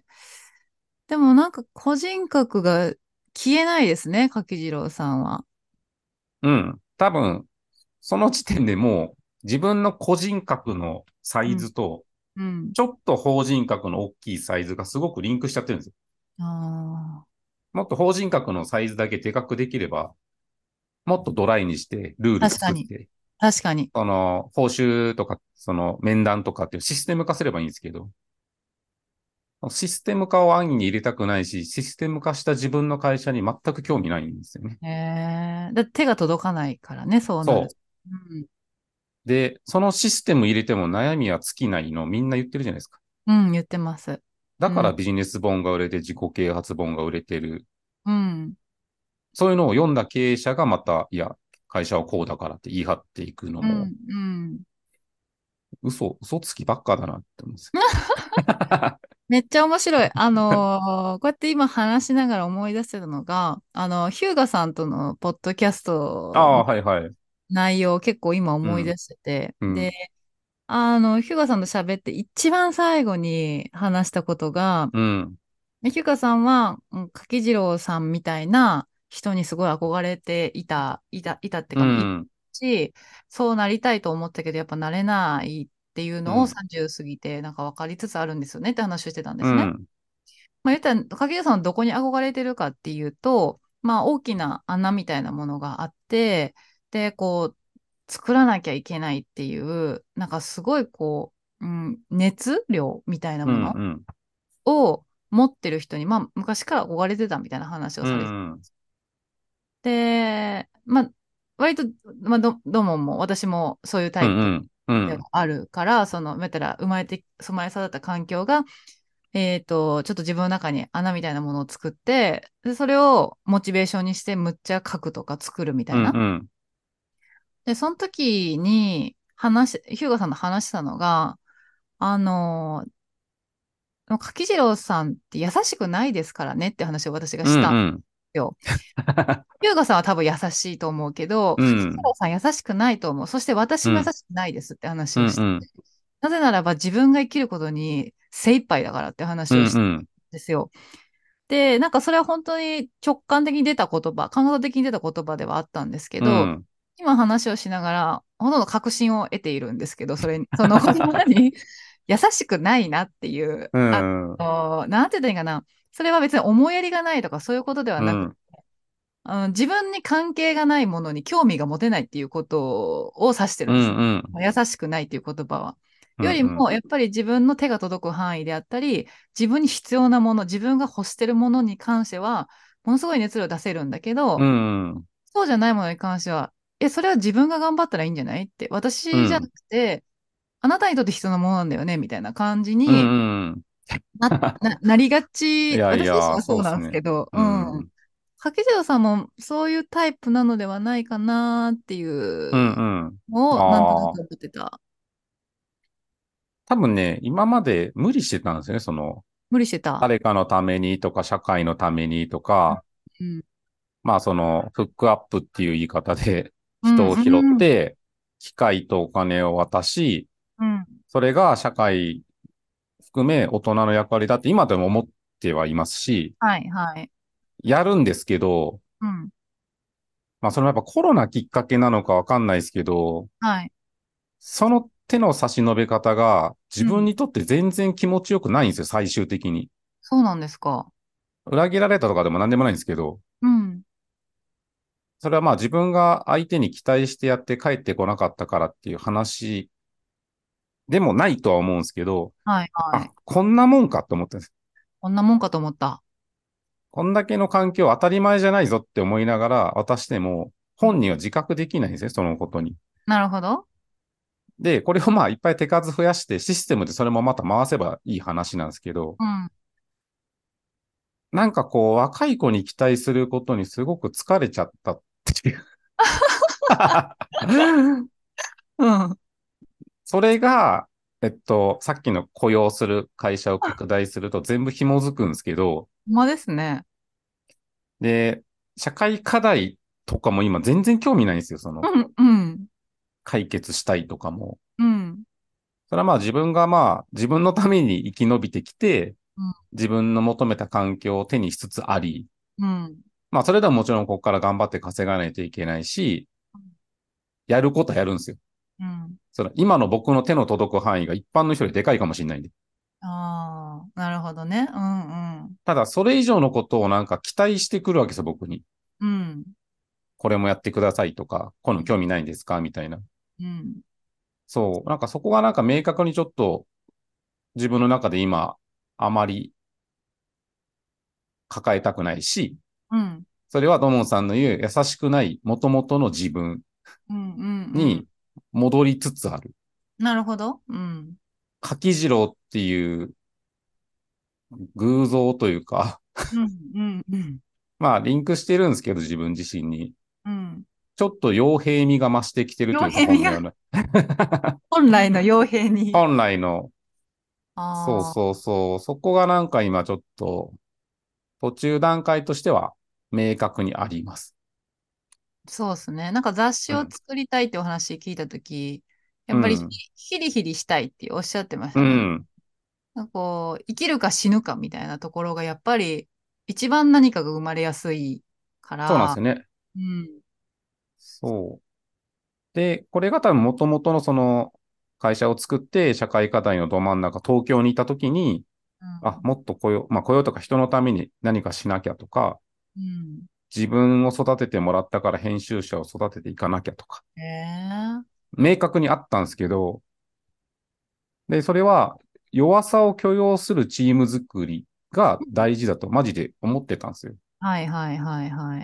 でもなんか個人格が消えないですね、柿次郎さんは。 うん。多分、その時点でもう自分の個人格のサイうん、 ズと、 うん。 ちょっと法人格の大きいサイズがすごくリンクしちゃってるんですよ。 あもっと法人格のサイズだけでかくできれば、もっとドライにしてルールあ、確かに、 作って、 確かに。 その報酬とか、その面談とかっていうシステム化すればいいんですけど、システム化を安易に入れたくないし、システム化した自分の会社に全く興味ないんですよね。 へえ、だって手が届かないからね、そうなる。 そうん、 う。で、そのシステム入れても悩みは尽きないのみんな言ってるじゃないですか。 うん、言ってます。 だうん、 からビジネス本が売れて自己啓発本が売れてる。 うん、 そういうのを読んだ経営者がまた、いや、会社はこうだからって言い張っていくのも、 うん、うん。 嘘、嘘つきばっかだなって思うんですよ。 めっちゃ面白い。あのーこうやって今話しながら思い出せるのが、あの、ヒューガさんとのポッドキャストのああ、はいはい。 内容を結構今うん、 思い出してて、で、 うん、 あの、ヒューガさんと喋って一番最後に話したことが、 うん、 えひゅかさんは、うん、柿次郎さんみたいな人にすごい憧れていた、いた、いたっていうか、まあ、いたうん、 し、そうなりたいと思ったけど、やっぱなれないっていうのをうん、 さんじゅう過ぎて、なんか分かりつつあるんですよねって話をしてたんですね。 うん、 まあ、言ったら、柿次郎さんはどこに憧れてるかっていうと、まあ、大きな穴みたいなものがあって、で、こう、作らなきゃいけないっていう、なんかすごいこう、うん、熱量みたいなうん、 ものうん、 を持ってる人に、まあ、昔から憧れてたみたいな話をうされてん、 で、まあ、割と、まあ、ど、どもも私もそういうタうん、 イプうん、うん、 ではあるから、その、めったら生まれて、生まれ育った環境が、えっと、ちょっと自分の中に穴みたいなものを作って、で、それをモチベーションにしてむっちゃ書くとか作るみたうん、 いな。 うん、 で、その時に話し、ヒューガさんと話したのが、あの、柿次郎さんって優しくないですからねって話を私がうん、 したんでうん、 すよ。優雅さんは多分優しいと思うけど、 うん、 柿太郎さん優しくないと思う。そして私うん、 も優しくないですって話うん、 をして。 うん、 なぜならば自分が生きることに精一杯だからって話をしたんうん、 ですよ。で、なんかそれは本当に直感的に出た言葉、感覚的に出た言葉ではあったんですけど、 うん、 今話をしながら、ほとんど確信を得ているんですけど、それに、その言葉に優しくないなっていう、 うあん、 の、なんて言ったらいいかな。それは別に思いやりがないとかそういうことではなく、 うん、 あの自分に関係がないものに興味が持てないっていうことを指してるうん、 んですね。 うん、 優しくないっていう言葉は。 うん、 よりも、やっぱり自分の手が届く範囲であったり、自分に必要なもの、自分が欲してるものに関しては、ものすごい熱量出せるんだけど、 うん、 そうじゃないものに関しては、え、それは自分が頑張ったらいいんじゃないって、私じゃなうん、 くて、あなたにとって必要なものなんだよね、みたいな感じうにん。 な、な、なりがいち、 やいや、 私自身はそうなんですそうですね。 けど、 ううん。 ん、 柿次さんもそういうタイプなのではないかなっていううん、うん。 のをなんとなくああ、 思ってた。 多分ね、今まで無理してたんですよね。その、 無理してた。 誰かのためにとか、社会のためにとか、 うん。 まあその、フックアップっていう言い方でうん。 人を拾っうん。 て、機械とお金を渡し、 うん。 それが社会含め大人の役割だって今でも思ってはいますし、 はい、はい。 やるんですけど、 うん。 まあそれもやっぱコロナきっかけなのかわかんないですけど、 はい。 その手の差し伸べ方が自うん。 分にとって全然気持ちよくないんですよ、最終的に。 そうなんですか。 裏切られたとかでも何でもないんですけど、 うん。 それはまあ自分が相手に期待してやって帰ってこなかったからっていう話でもないとは思うんですけど、 はい、はあ、 い。 こんなもんかって思ったんです。 こんなもんかと思った。 こんだけの環境当たり前じゃないぞって思いながら渡してもうん。 本人は自覚できないんですね、そのことに。 なるほど。 で、これをまあいっぱい手数増やしてシステムでそれもまた回せばいい話なんですけど、 うん。 なんかこう若い子に期待することにすごく疲れちゃったっていううん。 それが、えっと、さっきの雇用する会社を拡大すると全部紐づくんですけど、 ほんまですね。 で、社会課題とかも今全然興味ないんですよ。その、 うん、うん、 解決したいとかも。 うん、 それはまあ自分がまあ自分のために生き延びてきて、 うん、 自分の求めた環境を手にしつつあり、 うん、 まあそれでももちろんここから頑張って稼がないといけないし、やることはやるんですよ。 うん。 その今の僕の手の届く範囲が一般の人よりでかいかもしれないんで。 ああ、なるほどね。うん、うん、 ただそれ以上のことをなんか期待してくるわけですよ、僕に。 うん、 これもやってくださいとか、この興味ないんですかみたいな。 うん。 そう。なんかそこがなんか明確にちょっと自分の中で今、あまり抱えたくないし、 うん、 それはドモンさんの言う優しくない元々の自分うん、うん、うん。 に戻りつつある。 なるほど。うん。 柿次郎っていう偶像というか、 うん、うん、うん。 まあリンクしてるんですけど自分自身に。 うん。 ちょっと傭兵味が増してきてるというか傭兵味が本のような。 本来の傭兵に。 本来の、そうああ、 そうそう、そこがなんか今ちょっと途中段階としては明確にあります。 そうですね。なんか雑誌をうん。 作りたいってお話聞いたとき、やっぱりヒうん。 ヒリヒリしたいっておっしゃってましたもんね。 うん。 なんかこう、生きるか死ぬかみたいなところがやっぱり一番何かが生まれやすいかそうなんですら、 よね。 うん。 そう。で、これが多分元々のその会社を作って社会課題のど真ん中、東京にいたときに、あ、もっと雇用、まあ雇用とか人のために何かしなきゃとか、 うん。 自分を育ててもらったから編集者を育てていかなきゃとか、 へえ。 明確にあったんですけど、で、それは弱さを許容するチーム作りが大事だとマジで思ってたんですよ。 はいはいはいはい。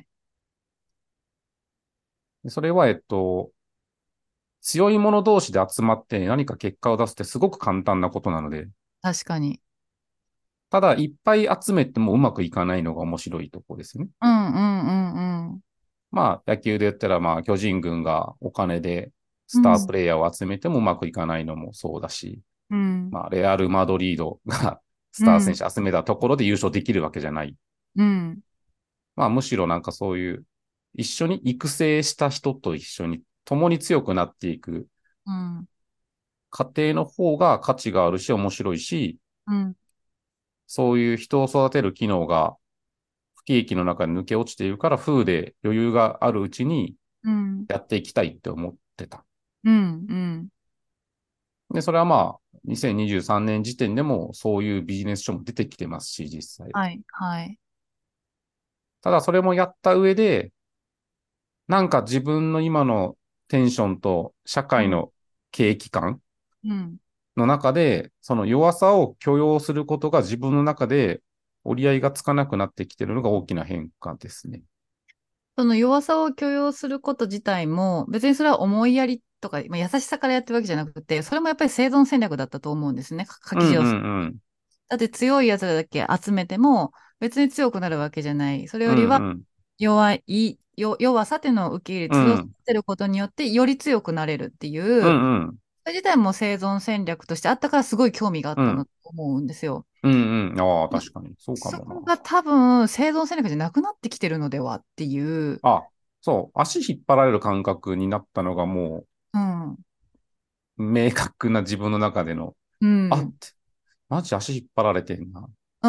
でそれは、えっと、強い者同士で集まって何か結果を出すってすごく簡単なことなので、 確かに。 ただいっぱい集めてもうまくいかないのが面白いところですね。 うんうんうんうん。 まあ野球で言ったらまあ巨人軍がお金でスタープうん。 レイヤーを集めてもうまくいかないのもそうだし、 うん。 まあレアル・マドリードがスター選うん。 手集めたところで優勝できるわけじゃない。 うん。 まあむしろなんかそういう一緒に育成した人と一緒に共に強くなっていくうん。 過程の方が価値があるし面白いし、 うん。 そういう人を育てる機能が不景気の中に抜け落ちているから、風で余裕があるうちにうん。 やっていきたいって思ってた。 うん。うん。 で、それはまあ、にせんにじゅうさんねん時点でもそういうビジネス書も出てきてますし、実際。 はい、はい。 ただそれもやった上で、なんか自分の今のテンションと社うん。 会の景気感うん。 の中で、その弱さを許容することが自分の中で折り合いがつかなくなってきてるのが大きな変化ですね。 その弱さを許容すること自体も、別にそれは思いやりとか、まあ、優しさからやってるわけじゃなくて、それもやっぱり生存戦略だったと思うんですね。かうんう柿次郎さん。 んうん。 だって強い奴らだけ集めても、別に強くなるわけじゃない。それうよりは、 ん弱い、よ弱さっていうのを受け入れ、 うん。 強さうん。 せることによって、より強くなれるっていうう、 んうん。 それ自体も生存戦略としてあったから、すごい興味があったのうん。 と思うんですよ。 うんうん。ああ、確かに。そうかもな。 そこが多分、生存戦略じゃなくなってきてるのではっていう、 あ、そう。足引っ張られる感覚になったのがもうん、 う、明確な自分の中での、 うん、うん、 あって、マジ足引っ張られてんな。 うん、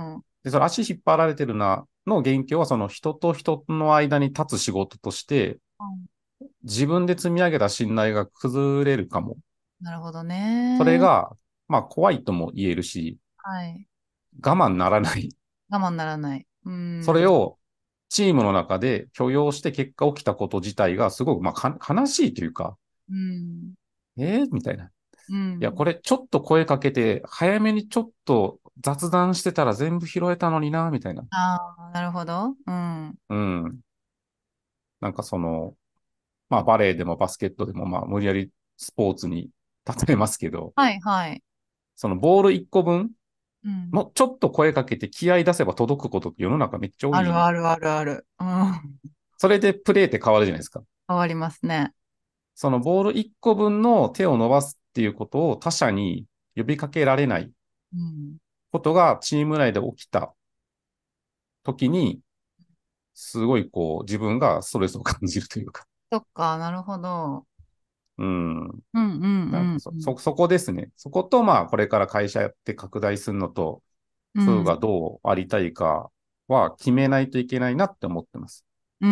うん。 で、その足引っ張られてるな、の元凶はその人と人の間に立つ仕事として、 うん自分で積み上げた信頼が崩れるかも。 なるほどそれね。 が、まあ怖いとも言えるし、 はい。 我慢ならない。 我慢ならない。うん、 それをチームの中で許容して結果起きたこと自体がすごく、まあ、悲しいというか、 うん、 えー、みたいな。いや、 うん。 これちょっと声かけて、早めにちょっと雑談してたら全部拾えたのにな、みたいな。 ああ、なるほど。うん。 うん。なんかその、まあバレーでもバスケットでもまあ無理やりスポーツに例えますけど、 はい、はい。 そのボールいっこぶんうん。 もちょっと声かけて気合い出せば届くことって世の中めっちゃ多あるい。 あるあるある。うん。 それでプレーって変わるじゃないですか。 変わりますね。 そのボールいっこぶんの手を伸ばすっていうことを他者に呼びかけられないうん。 ことがチーム内で起きた時に、すごいこう自分がストレスを感じるというか。 そっか、なるほど。 うん。 うんうんなんうんうん。 かそそ、そこですね。そことまあこれから会社やって拡大するのと、風がうん。 どうありたいかは決めないといけないなって思ってます。 うん。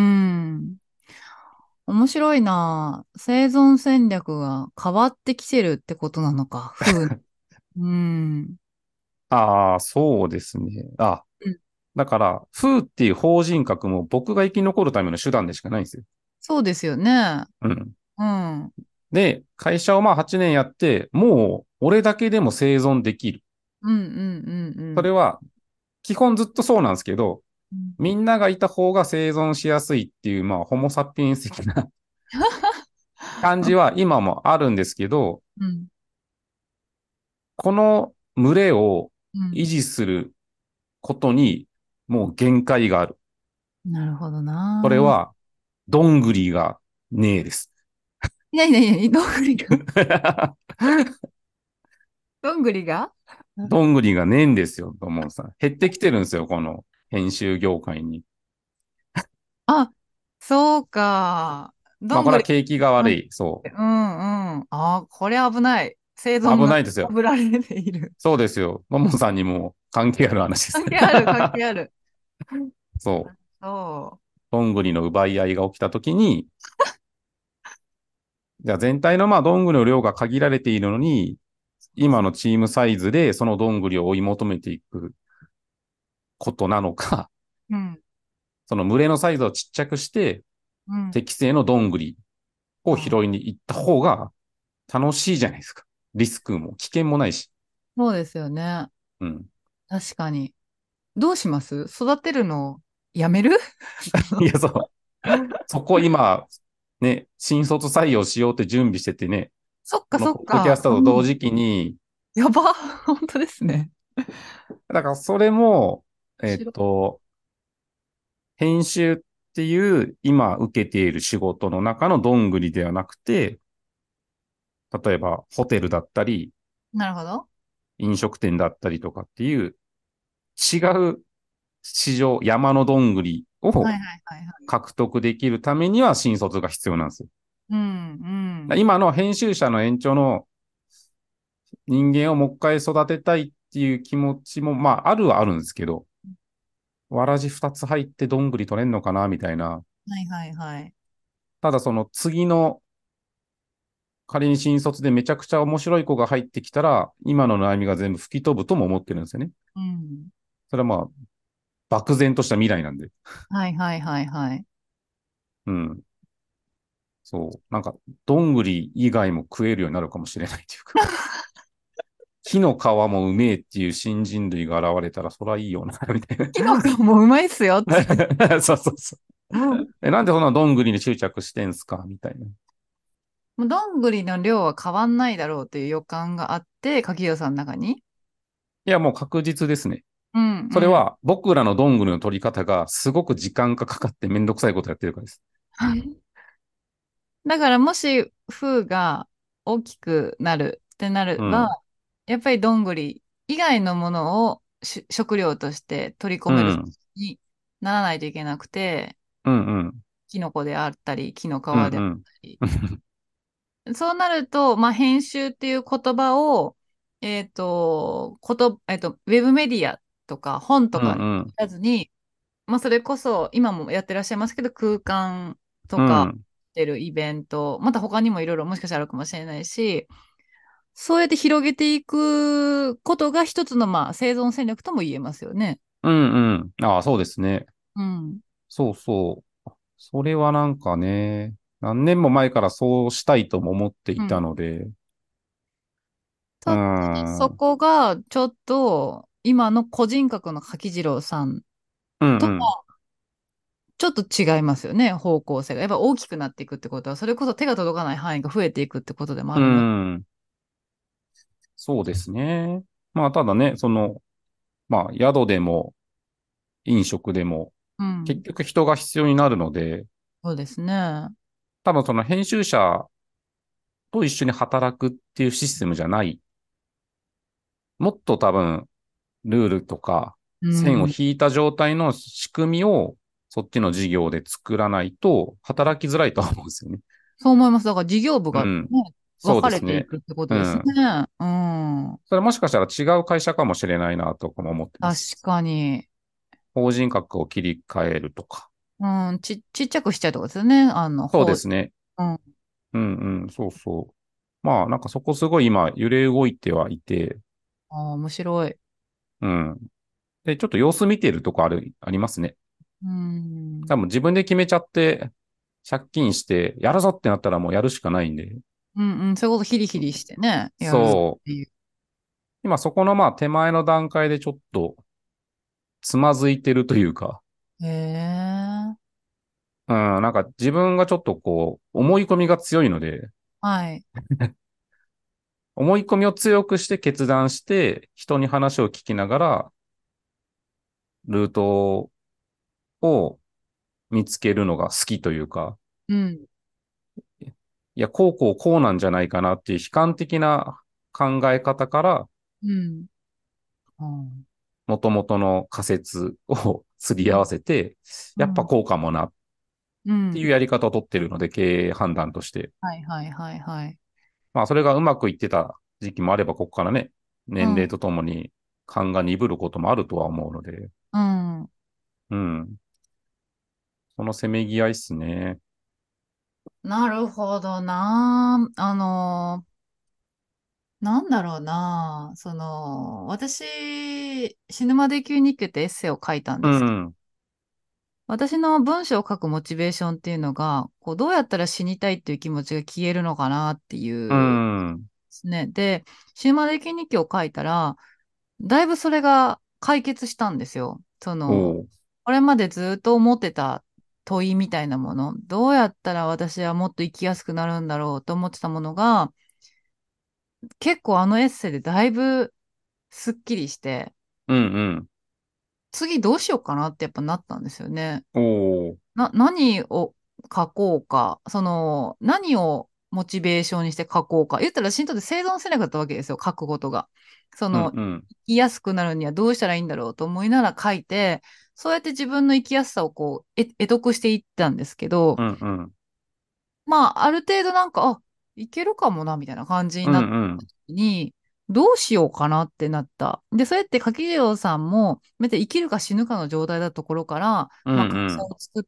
面白いな。生存戦略が変わってきてるってことなのか。風。うん。 ああ、そうですね。あ、 うんだから、風っていう法人格も僕が生き残るための手段でしかないんですよ。 そうですよね。 うん。 うん。 で、会社をまあはちねんやって、もう俺だけでも生存できる。 うんうんうんそれは基本ずっとそうなんですけど、 うん。 みんながいた方が生存しやすいっていう、まあ、ホモ・サピエンス的な感じは今もあるんですけど、 うん。 この群れをうん。 維持することにもう限界がある。 なるほどな。 それは、どんぐりがねえです。 いなになになにどんぐりがどんぐりがどんぐりがねえんですよ、と思うんさ。減ってきてるんですよ、この編集業界に。 あ、そうか。 まあ、これはどんぐり。 景気がうん悪い。そうん。あ、これ危ない。 生存が危ないですよ。 危られている。 そうですよ。ももさんにも関係ある話ですね。 関係ある、関係ある。 そう。 そどんぐりの奪い合いが起きたときに、じゃあ全体のまあどんぐりの量が限られているのに、今のチームサイズでそのどんぐりを追い求めていくことなのか、 う。うん。 その群れのサイズをちっちゃくして、 うん。 適正のどんぐりをあ、 拾いに行った方が楽しいじゃないですか。リスクも危険もないし。 そうですよね。 うん。 確かに。どうします？育てるのやめる？ いや、そう。そこ今、ね、新卒採用しようって準備しててね、 そっかこのそっか。 ポッドキャストうん。 と同時期に、 やば。本当ですね。 だからそれも、えっ白。 と、編集っていう今受けている仕事の中のどんぐりではなくて、例えばホテルだったり、 なるほど。 飲食店だったりとかっていう違う市場、山のどんぐりをはいはいはいはい。 獲得できるためには新卒が必要なんですよ。 うんうん。 今の編集者の延長の人間をもう一回育てたいっていう気持ちも、まあ、あるはあるんですけど、わらじ二つ入ってどんぐり取れんのかなみたいな。 はいはいはい。 ただその次の仮に新卒でめちゃくちゃ面白い子が入ってきたら、今の悩みが全部吹き飛ぶとも思ってるんですよね。 うん。 それはまあ、漠然とした未来なんで。 はいはいはいはい。 うん。そう。なんか、どんぐり以外も食えるようになるかもしれないというか、木の皮もうめえっていう新人類が現れたら、そらいいよな、みたいキノコもうまいっすよ、つって。 な。そうそうそう。え、なんでそんなどんぐりに執着してんすかみたいな。 もうどんぐりの量は変わんないだろうという予感があって、柿代さんの中に。 いや、もう確実ですね。 うんうん。 それは、僕らのどんぐりの取り方がすごく時間がかかってめんどくさいことやってるからです。 だからもし、風が大きくなるってなれば、 うん。 やっぱりどんぐり以外のものをし食料として取り込めるうん。 にならないといけなくて、 うんうん。 キノコであったり、木の皮であっうんうん。 たり。そうなると、まあ、編集っていう言葉を、えっと、こと、えっと、ウェブメディアとか本とうんかにうん。 言わずに、まあ、それこそ今もやってらっしゃいますけど、空間とかうん。 出るイベント、また他にもいろいろもしかしたらあるかもしれないし、そうやって広げていくことが一つのまあ生存戦略とも言えますよね。 うんうん。ああ、そうですね。 うん。 そうそう。それはなんかね、何年も前からそうしたいとも思っていたうん。 ので、うーただ、そん。 こがちょっと今の個人格の柿次郎さんとうんうん。 ちょっと違いますよね、方向性が。やっぱ大きくなっていくってことは、それこそ手が届かない範囲が増えていくってことでもあうるの。 ん。そうですね。まあ、ただね、その、まあ、宿でも飲食でも、 うん。 結局人が必要になるので、 そうですね。 多分その編集者と一緒に働くっていうシステムじゃない。もっと多分、ルールとかうん。 線を引いた状態の仕組みをそっちの事業で作らないと働きづらいとは思うんですよね。 そう思います。だから事業部がね、 うん。 分かれていそうですね。 くってことですうん。 ね。うん。 それもしかしたら違う会社かもしれないなとかも思ってま確す。 かに。 法人格を切り替えるとか。 うん。ち、ちっちゃくしちゃうとこですよね。あの、 そうほう。 ですね。 うん。 うんうん、そうそう。まあなんかそこすごい今揺れ動いてはいて、 ああ、面白い。 うん。で、ちょっと様子見てるとこある、ありますね。 うん。 多分自分で決めちゃって借金してやるぞってなったらもうやるしかないんで。 うんうん。そういうことヒリヒリしてね、やるぞっそう。 ていう。 今そこのまあ手前の段階でちょっとつまずいてるというか、 へえ。 うん、なんか自分がちょっとこう思い込みが強いので、 はい。 思い込みを強くして決断して人に話を聞きながらルートを見つけるのが好きというか、 うん。 いや、こうこうこうなんじゃないかなっていう悲観的な考え方から、 うん。うん。 元々の仮説をすり合わせて、やっぱうん。 こうかもなっうん。 ていうやり方を取ってるので、経営判断として。 はいはいはいはい。 まあ、それがうまくいってた時期もあれば、ここからね、 うん、 年齢とともに勘が鈍ることもあるとは思うので、 うん。 うん。そのせめぎ合いっすね。 なるほどな。あの、なんだろうな。その、私、死ぬまで生きる日記ってエッセイを書いたんですけど、 うん。 私の文章を書くモチベーションっていうのが、こう、どうやったら死にたいっていう気持ちが消えるのかなっていううん。 ですね。で、死ぬまで生きる日記を書いたら、だいぶそれが解決したんですよ。その、 おう。 これまでずっと思ってた問いみたいなもの、どうやったら私はもっと生きやすくなるんだろうと思ってたものが、結構あのエッセイでだいぶすっきりして、 うん、 次どうしようかなってやっぱなったんですよね。 うん。おう。 な、何を書こうか、その、何をモチベーションにして書こうか。言ったらしんどで生存せなかったわけですよ、書くことが。そうん、 の、 うん。 生きやすくなるにはどうしたらいいんだろうと思いながら書いて、そうやって自分の生きやすさをこう、え得得していったんですけど、 うん、うん。 まあ、ある程度なんか、あ、いけるかもな、みたいな感じにうん、 なったうん。 時に、どうしようかなってなった。で、そうやって柿次郎さんも、めて生きるか死ぬかの状態だところから、 うん、 まあ、会うん。 社を作って、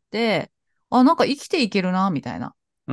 あ、なんか生きていけるな、みたいなうん、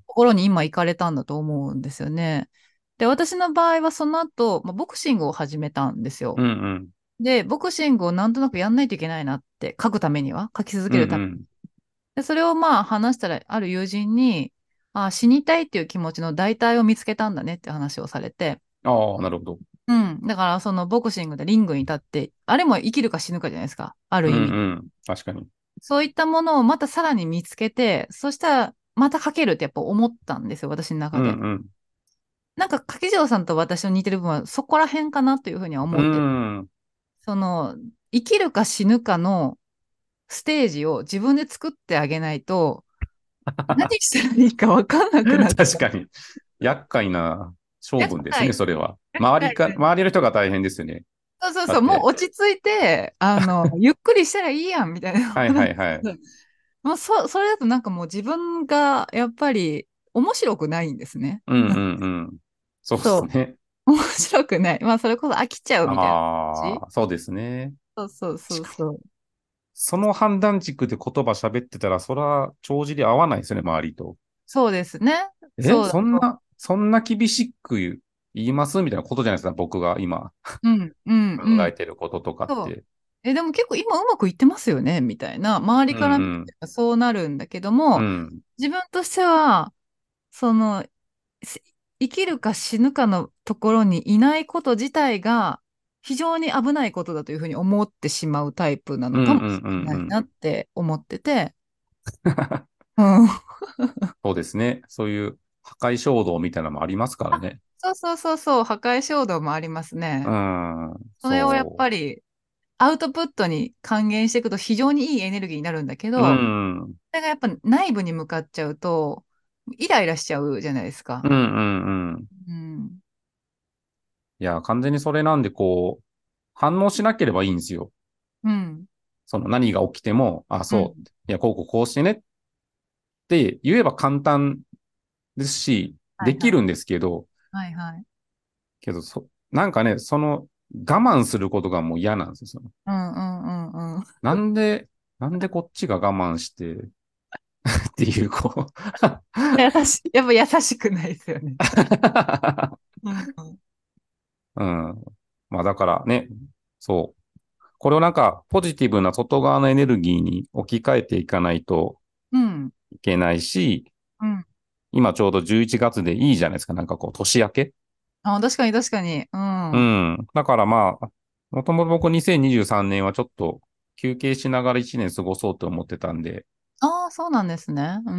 ところに今行かれたんだと思うんですよね。で、私の場合はその後、まあ、ボクシングを始めたんですよ。 うん、 で、ボクシングをなんとなくやんないといけないなって書くためには、書き続うん。うけるために。 ん。 で、それをまあ話したら、ある友人に、あ、死にたいっていう気持ちの代替を見つけたんだねって話をされて、 ああ、なるほど。 うん。だからそのボクシングでリングに立って、あれも生きるか死ぬかじゃないですか。あるうん、 意味。 うん。確かに。 そういったものをまたさらに見つけて、そしたらまた書けるってやっぱ思ったんですよ、私のうん、 中で。 うん。 なんか柿城さんと私の似てる部分はそこら辺かなというふうにはう思って、 ん。 その、生きるか死ぬかのステージを自分で作ってあげないと、何したらいいか分かんなくなっちゃう。 確かに。厄介な性分ですね、 厄介。 それは。 厄周りか、 介。 周りの人が大変ですよね。 そうそうそう、もうだって。 落ち着いて、あの、ゆっくりしたらいいやん、みたいなはいは話。 いはい。 もうそ、それだとなんかもう自分がやっぱり面白くないんですね。 うんうんうん。そうっすそね。 う。面白くない。まあそれこそ飽きちゃうみたいな感じ。 ああ、そうですね。 そうそうそうそう。 その判断軸で言葉喋ってたら、そら、帳尻合わないですよね、周りと。 そうですね。 え、 そうだと。 そんな、そんな厳しく言いますみたいなことじゃないですか、僕が今うん、うん、 考うん。 えてることとかっそう。 て。 え、でも結構今うまくいってますよね、みたいな。周りうんから見うん。 てそうなるんだけども、 うん。 自分としては、その、し生きるか死ぬかのところにいないこと自体が非常に危ないことだというふうに思ってしまうタイプなのかもうんうんしれないうんうん。 なって思ってて、うん。 そうですね。そういう破壊衝動みたいなのもありますからあ、 ね。 そうそうそうそう、破壊衝動もありますうね。 ん。 それをやっそぱりアウトプットに還元していくと非常にいいエネルギーになるんだけう。うど、 ん。 それがやっぱ内部に向かっちゃうと、イライラしちゃうじゃないですか。 うんうんうん。 うん。 いや、完全にそれなんで、こう、反応しなければいいんですよ。 うん。 その何が起きても、あ、 うん。 そう。いや、こうこうこうしてねって言えば簡単ですし、 はいはい。 できるんですけど、 はいはい。 けど、そ、なんかね、その、我慢することがもう嫌なんですよ。 うんうんうんうん。 なんで、なんでこっちが我慢してっていう、こ優しい。やっぱ優しくないですよね。 う。 うんうん。 うん。まあだからね、そう。これをなんかポジティブな外側のエネルギーに置き換えていかないとうん。 いけないし、 うん。 今ちょうどじゅういちがつでいいじゃないですか。なんかこう年明け。 あ、確かに確かに。うん。あうん。だからまあ、もともと僕にせんにじゅうさんねんはちょっと休憩しながらいちねん過ごそうと思ってたんで、 あ、そうなんですね。うん。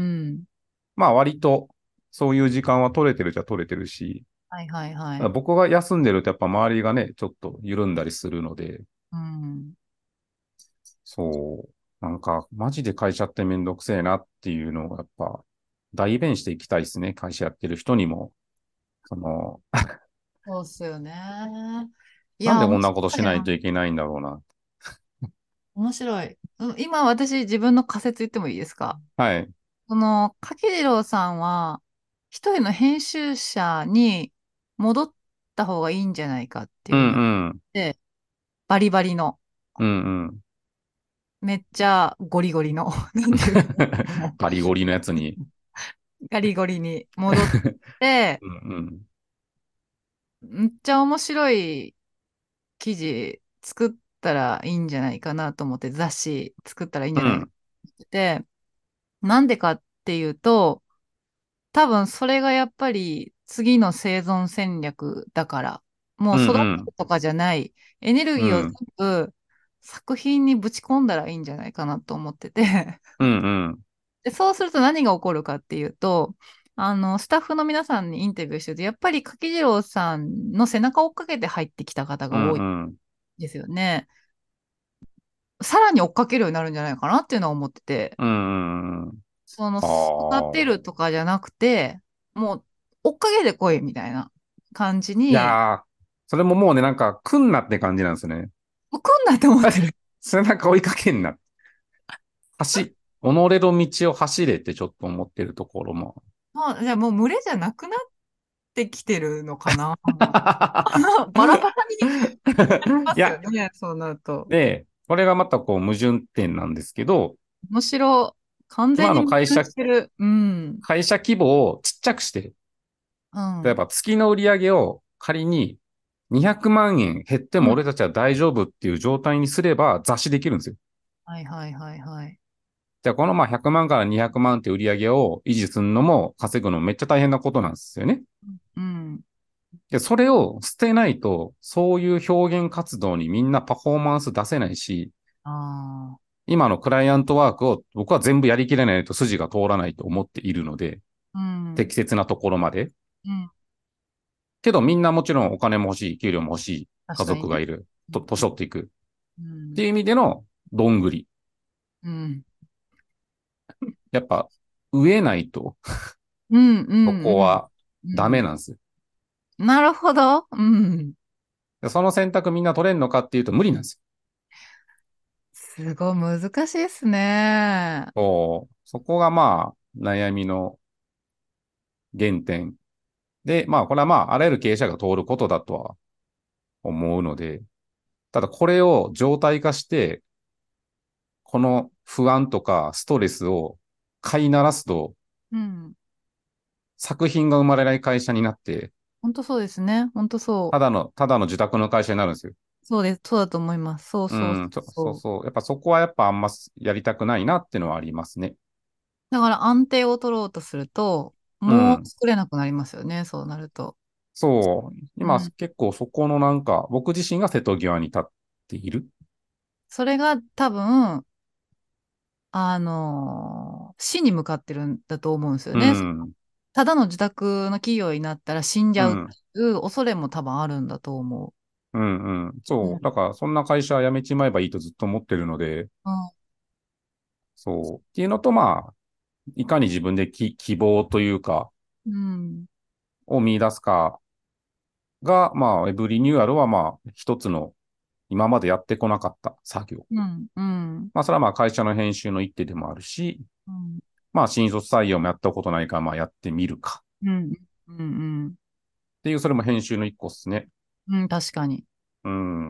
まあ割とそういう時間は取れてるじゃ取れてるし、 はいはいはい。 僕が休んでるとやっぱ周りがね、ちょっと緩んだりするので、 うん。 そう。なんか、マジで会社ってめんどくせえなっていうのをやっぱ、代弁していきたいですね。会社やってる人にも。その、 そうっすよね。いや、 なんでこ面んなことしない白いな。 といけないんだろうな。 面白い。うん今私自分の仮説言ってもいいですか？ はい。 その、柿次郎さんは、一人の編集者に戻った方がいいんじゃないかってういうふうに思っんうん。 て、バリバリの、 うんうん。 めっちゃゴリゴリの、なんていうの、 バリゴリのやつに。 ガリゴリに戻って、 うんうん。 めっちゃ面白い記事作ったらいいんじゃないかなと思って、雑誌作ったらいいんじゃないかうん。 って。なんでかっていうと、多分それがやっぱり次の生存戦略だから、もうう育てんるとかじゃない、エネルうん。 ギーを全うん。 部作品にぶち込んだらいいんじゃないかなと思ってて。 うんうん。 で、そうすると何が起こるかっていうと、あの、スタッフの皆さんにインタビューしてると、やっぱり柿次郎さんの背中を追っかけて入ってきた方うが多いんうん。 ですよね。さらに追っかけるようになるんじゃないかなっていうのは思ってて、 うんうん。 その、育てああ。 るとかじゃなくて、もう、追っかけてこいみたいな感じいに、 やー、それももうね、なんか、来んなって感じなんですよね。 来んなって思ってる。 背中追いかけんな。走、己の道を走れってちょっと思ってるところも。 もう、じゃあもう群れじゃなくなってきてるのかな。バラバラになりまいや、 すよね、そうなると。 で、これがまたこう矛盾点なんですけど、 むしろ、完全今に矛盾の会社、 してる。うん。 会社規模をちっちゃくして、 うん。 例えば月の売り上げを仮ににひゃくまん円減ってうん。 も俺たちは大丈夫っていう状態にすれば雑誌できるんですよ。 はいはいはいはい。 じゃあこのまあひゃくまんからにひゃくまんって売り上げを維持するのも稼ぐのもめっちゃ大変なことなんですよね。 うん。 で、それを捨てないと、そういう表現活動にみんなパフォーマンス出せないし、 あ今のクライアントワークを僕は全部やりきれないと筋が通らないと思っているので、 あ。うん。 適切なところまで。 うん。 けどみんなもちろんお金も欲しい、給料も欲しい、家確かにね。 族がいる、と、 うん。 年取っていく。っうん。 ていう意味でのどんぐり。 うん。 やっぱ植えないと、 うん。うそこん。 はダメうん。 なんですよ。 なるほど。うん。 でその選択みんな取れるのかっていうと無理なんですすごい難しいですね。 よ。そう、そこがまあ悩みの原点で、まあこれはまああらゆる経営者が通ることだとは思うので、ただこれを常態化して、この不安とかストレスを飼いならすと、 うん。 作品が生まれない会社になって、 本当そうですね。本当そう。 ただの、ただの自宅の会社になるんですよ。 そうです。そうだと思います。そうそうそううん、そそうそう。 そう。やっぱそこはやっぱあんまやりたくないなっていうのはありますね。 だから安定を取ろうとすると、もううん。 作れなくなりますよね。そうなると。 そう。今うん。 結構そこのなんか、僕自身が瀬戸際に立っている。 それが多分、あのー死に向かってるんだと思うんですようね。 ん。 ただの自宅の企業になったら死んじゃうってうん。 いう恐れも多分あるんだと思うんうん。 う。うそう。 ん。 だからそんな会社辞めちまえばいいとずっと思ってるので、 うん。 そう。っていうのとまあ、いかに自分でき希望というか、 うん。 を見出すかが、まあ、ウェブリニューアルはまあ、一つの今までやってこなかった作業。 うん。うん。 まあ、それはまあ会社の編集の一手でもあるし、 うん。 まあ、新卒採用もやったことないから、まあ、やってみるか。 うん。うん。 っていう、それも編集の一個っすね。 うん。確かに。 うん。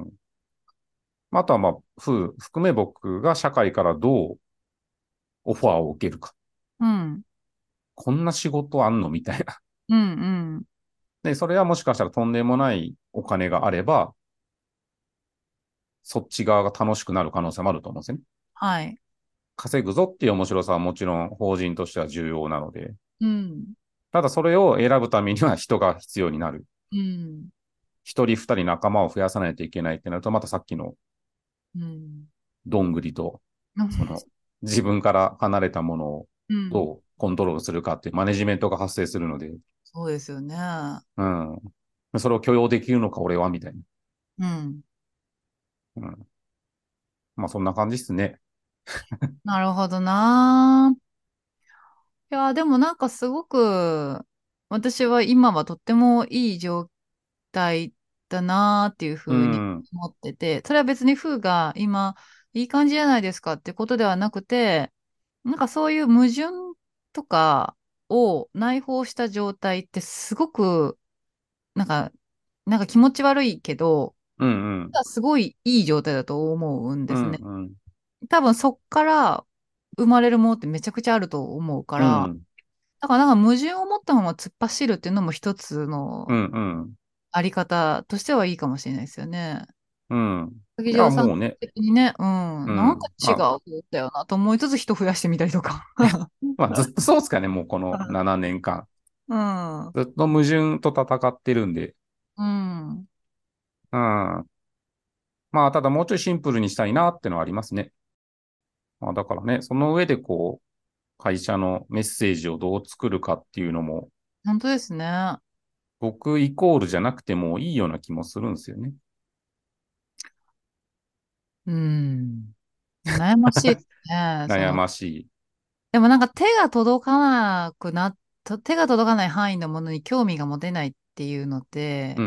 まああとは、まあ、ふ含め僕が社会からどうオファーを受けるか。 うん。 こんな仕事あんのみたいな。 うん。うん。 で、それはもしかしたらとんでもないお金があれば、そっち側が楽しくなる可能性もあると思うんですよね。 はい。 稼ぐぞっていう面白さはもちろん法人としては重要なので、 うん。 ただそれを選ぶためには人が必要になる。 うん。 一人二人仲間を増やさないといけないってなると、またさっきのうん。 どんぐりと、その自分から離れたものをうん。 どうコントロールするかっていうマネジメントが発生するので、 そうですよね。 うん。それを許容できるのか、俺は、みたいな。 うん。 うん。まあ、そんな感じっすね。 なるほどな。いや、でもなんかすごく、私は今はとってもいい状態だなっていうふううにん。 思ってて、それは別に風が今いい感じじゃないですかってことではなくて、なんかそういう矛盾とかを内包した状態ってすごく、なんかなんか気持ち悪いけど、 うんうん。 すごいいい状態だと思うんうですね。 んうん。 多分そっから生まれるものってめちゃくちゃあると思うから、 うん。 だからなんか矛盾を持ったまま突っ走るっていうのも一つのうんうん。 あり方としてはいいかもしれないですよね。 うん。いや、 劇場さんもうね。 的にね、うん、なんかうん。まあ、 違うんだよなと思いつつ人増やしてみたりとか。 まあ、ずっとそうですかね、もうこのななねんかん。 うん、うん、 ずっと矛盾と戦ってるんで。 うん。 うん。まあ、ただもうちょいシンプルにしたいなってのはありますね。まあ、だからね、その上でこう、会社のメッセージをどう作るかっていうのも、 本当ですね。 僕イコールじゃなくてもいいような気もするんですよね。 うん。悩ましいですね。そ悩の、 ましい。 でもなんか手が届かなくなと、手が届かない範囲のものに興味が持てないっていうのって、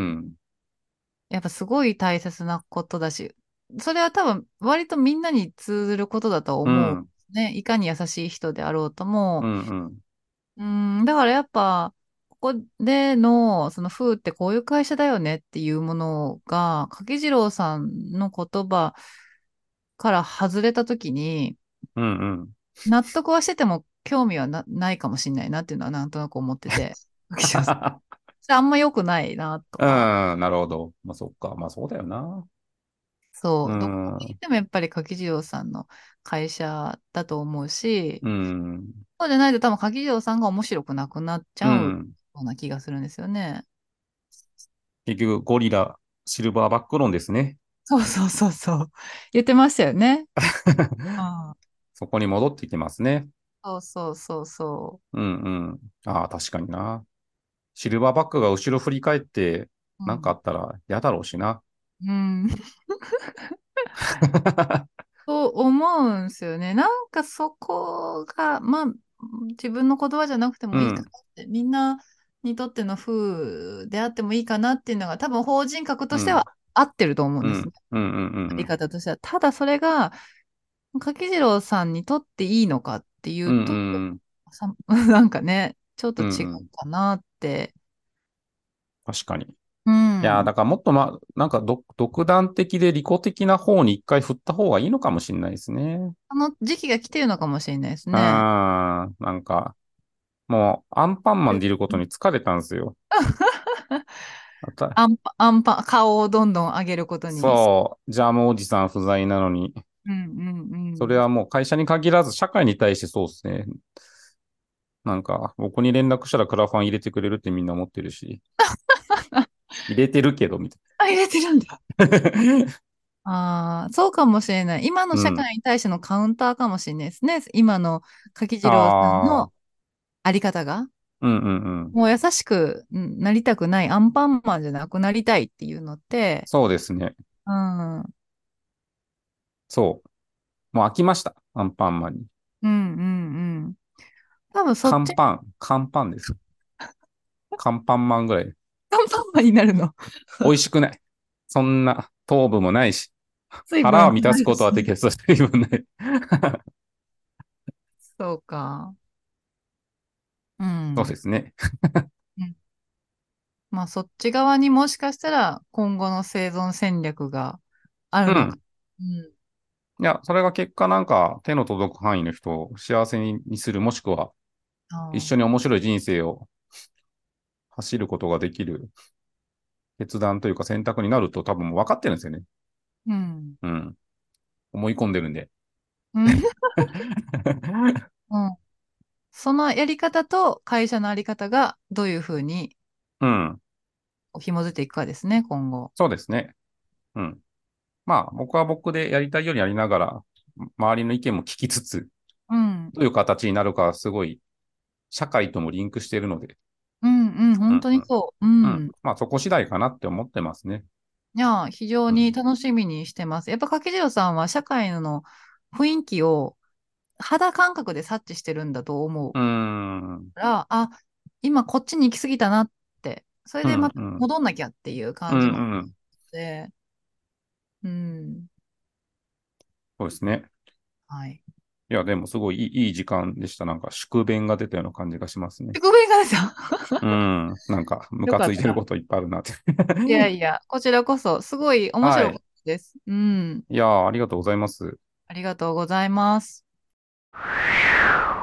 うん。 やっぱすごい大切なことだし、それは多分割とみんなに通ずることだと思うんでうん。 すね。いかに優しい人であろうとも。 うん。うん。 うん、だからやっぱ、ここでの、その、風ってこういう会社だよねっていうものが、柿次郎さんの言葉から外れたときに、 うん。うん。 納得はしてても興味はな、ないかもしれないなっていうのはなんとなく思ってて、柿次郎さん。それあんま良くないなとうん、 か、 なるほど。まあ、そっか。まあ、そうだよな。うそう、どこに行っん。 てもやっぱり柿次郎さんの会社だと思うし、 うん。 そうじゃないと多分柿次郎さんが面白くなくなっちゃうようん。 うな気がするんですよね。 結局、ゴリラ、シルバーバック論ですね。 そうそうそうそう。言ってましたよね。うん。 そこに戻ってきますね。 そうそうそうそうんうん。ああ、確かにな。シルバーバックが後ろ振り返って、 う。うなんかあん。 ったら嫌だろうしな。 うん。と思うんですよね。なんかそこが、まあ、自分の言葉じゃなくてもいいかうん、 なって、みんなにとっての風であってもいいかなっていうのが、多分法人格としてはうん、 合ってると思うんうん、 ですね。 うん、うん、 ありうん、 方としては。ただそれが、柿次郎さんにとっていいのかっていうん、 うと、 うん、 さなんかね、ちょっとうん、 違ううん、 かなって。 確かに。いうやー、 ん。 だからもっとま、なんか独独断的で利己的な方に一回振った方がいいのかもしれないですね。 あの時期が来てるのかもしれないですね。 あー、なんか、もう、アンパンマンでいることに疲れたんですよ。また、 アンパ、アンパ、顔をどんどん上げることに。 そう、ジャムおじさん不在なのに、 うんうんうん。 それはもう会社に限らず社会に対してそうですね。なんか、僕に連絡したらクラファン入れてくれるってみんな思ってるし、入れてるけど、みたあ、入れてるんだ。 いな。 ああ、そうかもしれない。今のうん。 社会に対してのカウンターかもしれないですね。今の柿次郎さんのああ、 あり方が。 うんうんうん。 もう優しくうんなりたくないアンパンマンじゃなくなりたいっていうのって、 そうですね。 うん、うんそう。もう飽きました。アンパンマンに。 うんうん。多分そっち、 乾パン、乾パンです。乾パンマンぐらい。 アンパンマンになるの。 美味しくない。そんな糖分もないし、 水分も腹を満たすないし。 ことはできる。そう水分ない。 そうか。うん。 そうですね。 うん。まあそっち側にもしかしたら今後の生存戦略があるのか。 うん。 うん。 いや、それが結果なんか手の届く範囲の人を幸せにする、もしくは一緒ああ。 に面白い人生を走ることができる決断というか選択になると多分もう分かってるんですよね。 うん。 うん。思い込んでるんで。 うん。うん。そのやり方と会社のあり方がどういうふうにうん。 紐づいていくかですね、今後。 そうですね。うん。まあ、僕は僕でやりたいようにやりながら、周りの意見も聞きつつ、 うん。 どういう形になるかはすごい社会ともリンクしているので、 うんうん、本当にうんうん。 そう。ううん。 ん。 まあ、そこ次第かなって思ってますね。 いや、非常うん。 に楽しみにしてます。やっぱ柿次郎さんは社会の雰囲気を肌感覚で察知してるんだと思ううーん。 から、あ、今こっちに行き過ぎたなって、それうん、 でまたうん。 戻んなきゃっていううん、 感じもあっうん。 て、うん。 そうですね。 はい。 いや、でもすごいいい、いい時間でした。なんか宿便が出たような感じがしますね。 自己弁がですよ。 うん。なんか、ムカついてるよかった。 こといっぱいあるなって。 いやいや、こちらこそ、すごい面白かっはい。 たです。うん。 いやー、ありがとうございます。 ありがとうございます。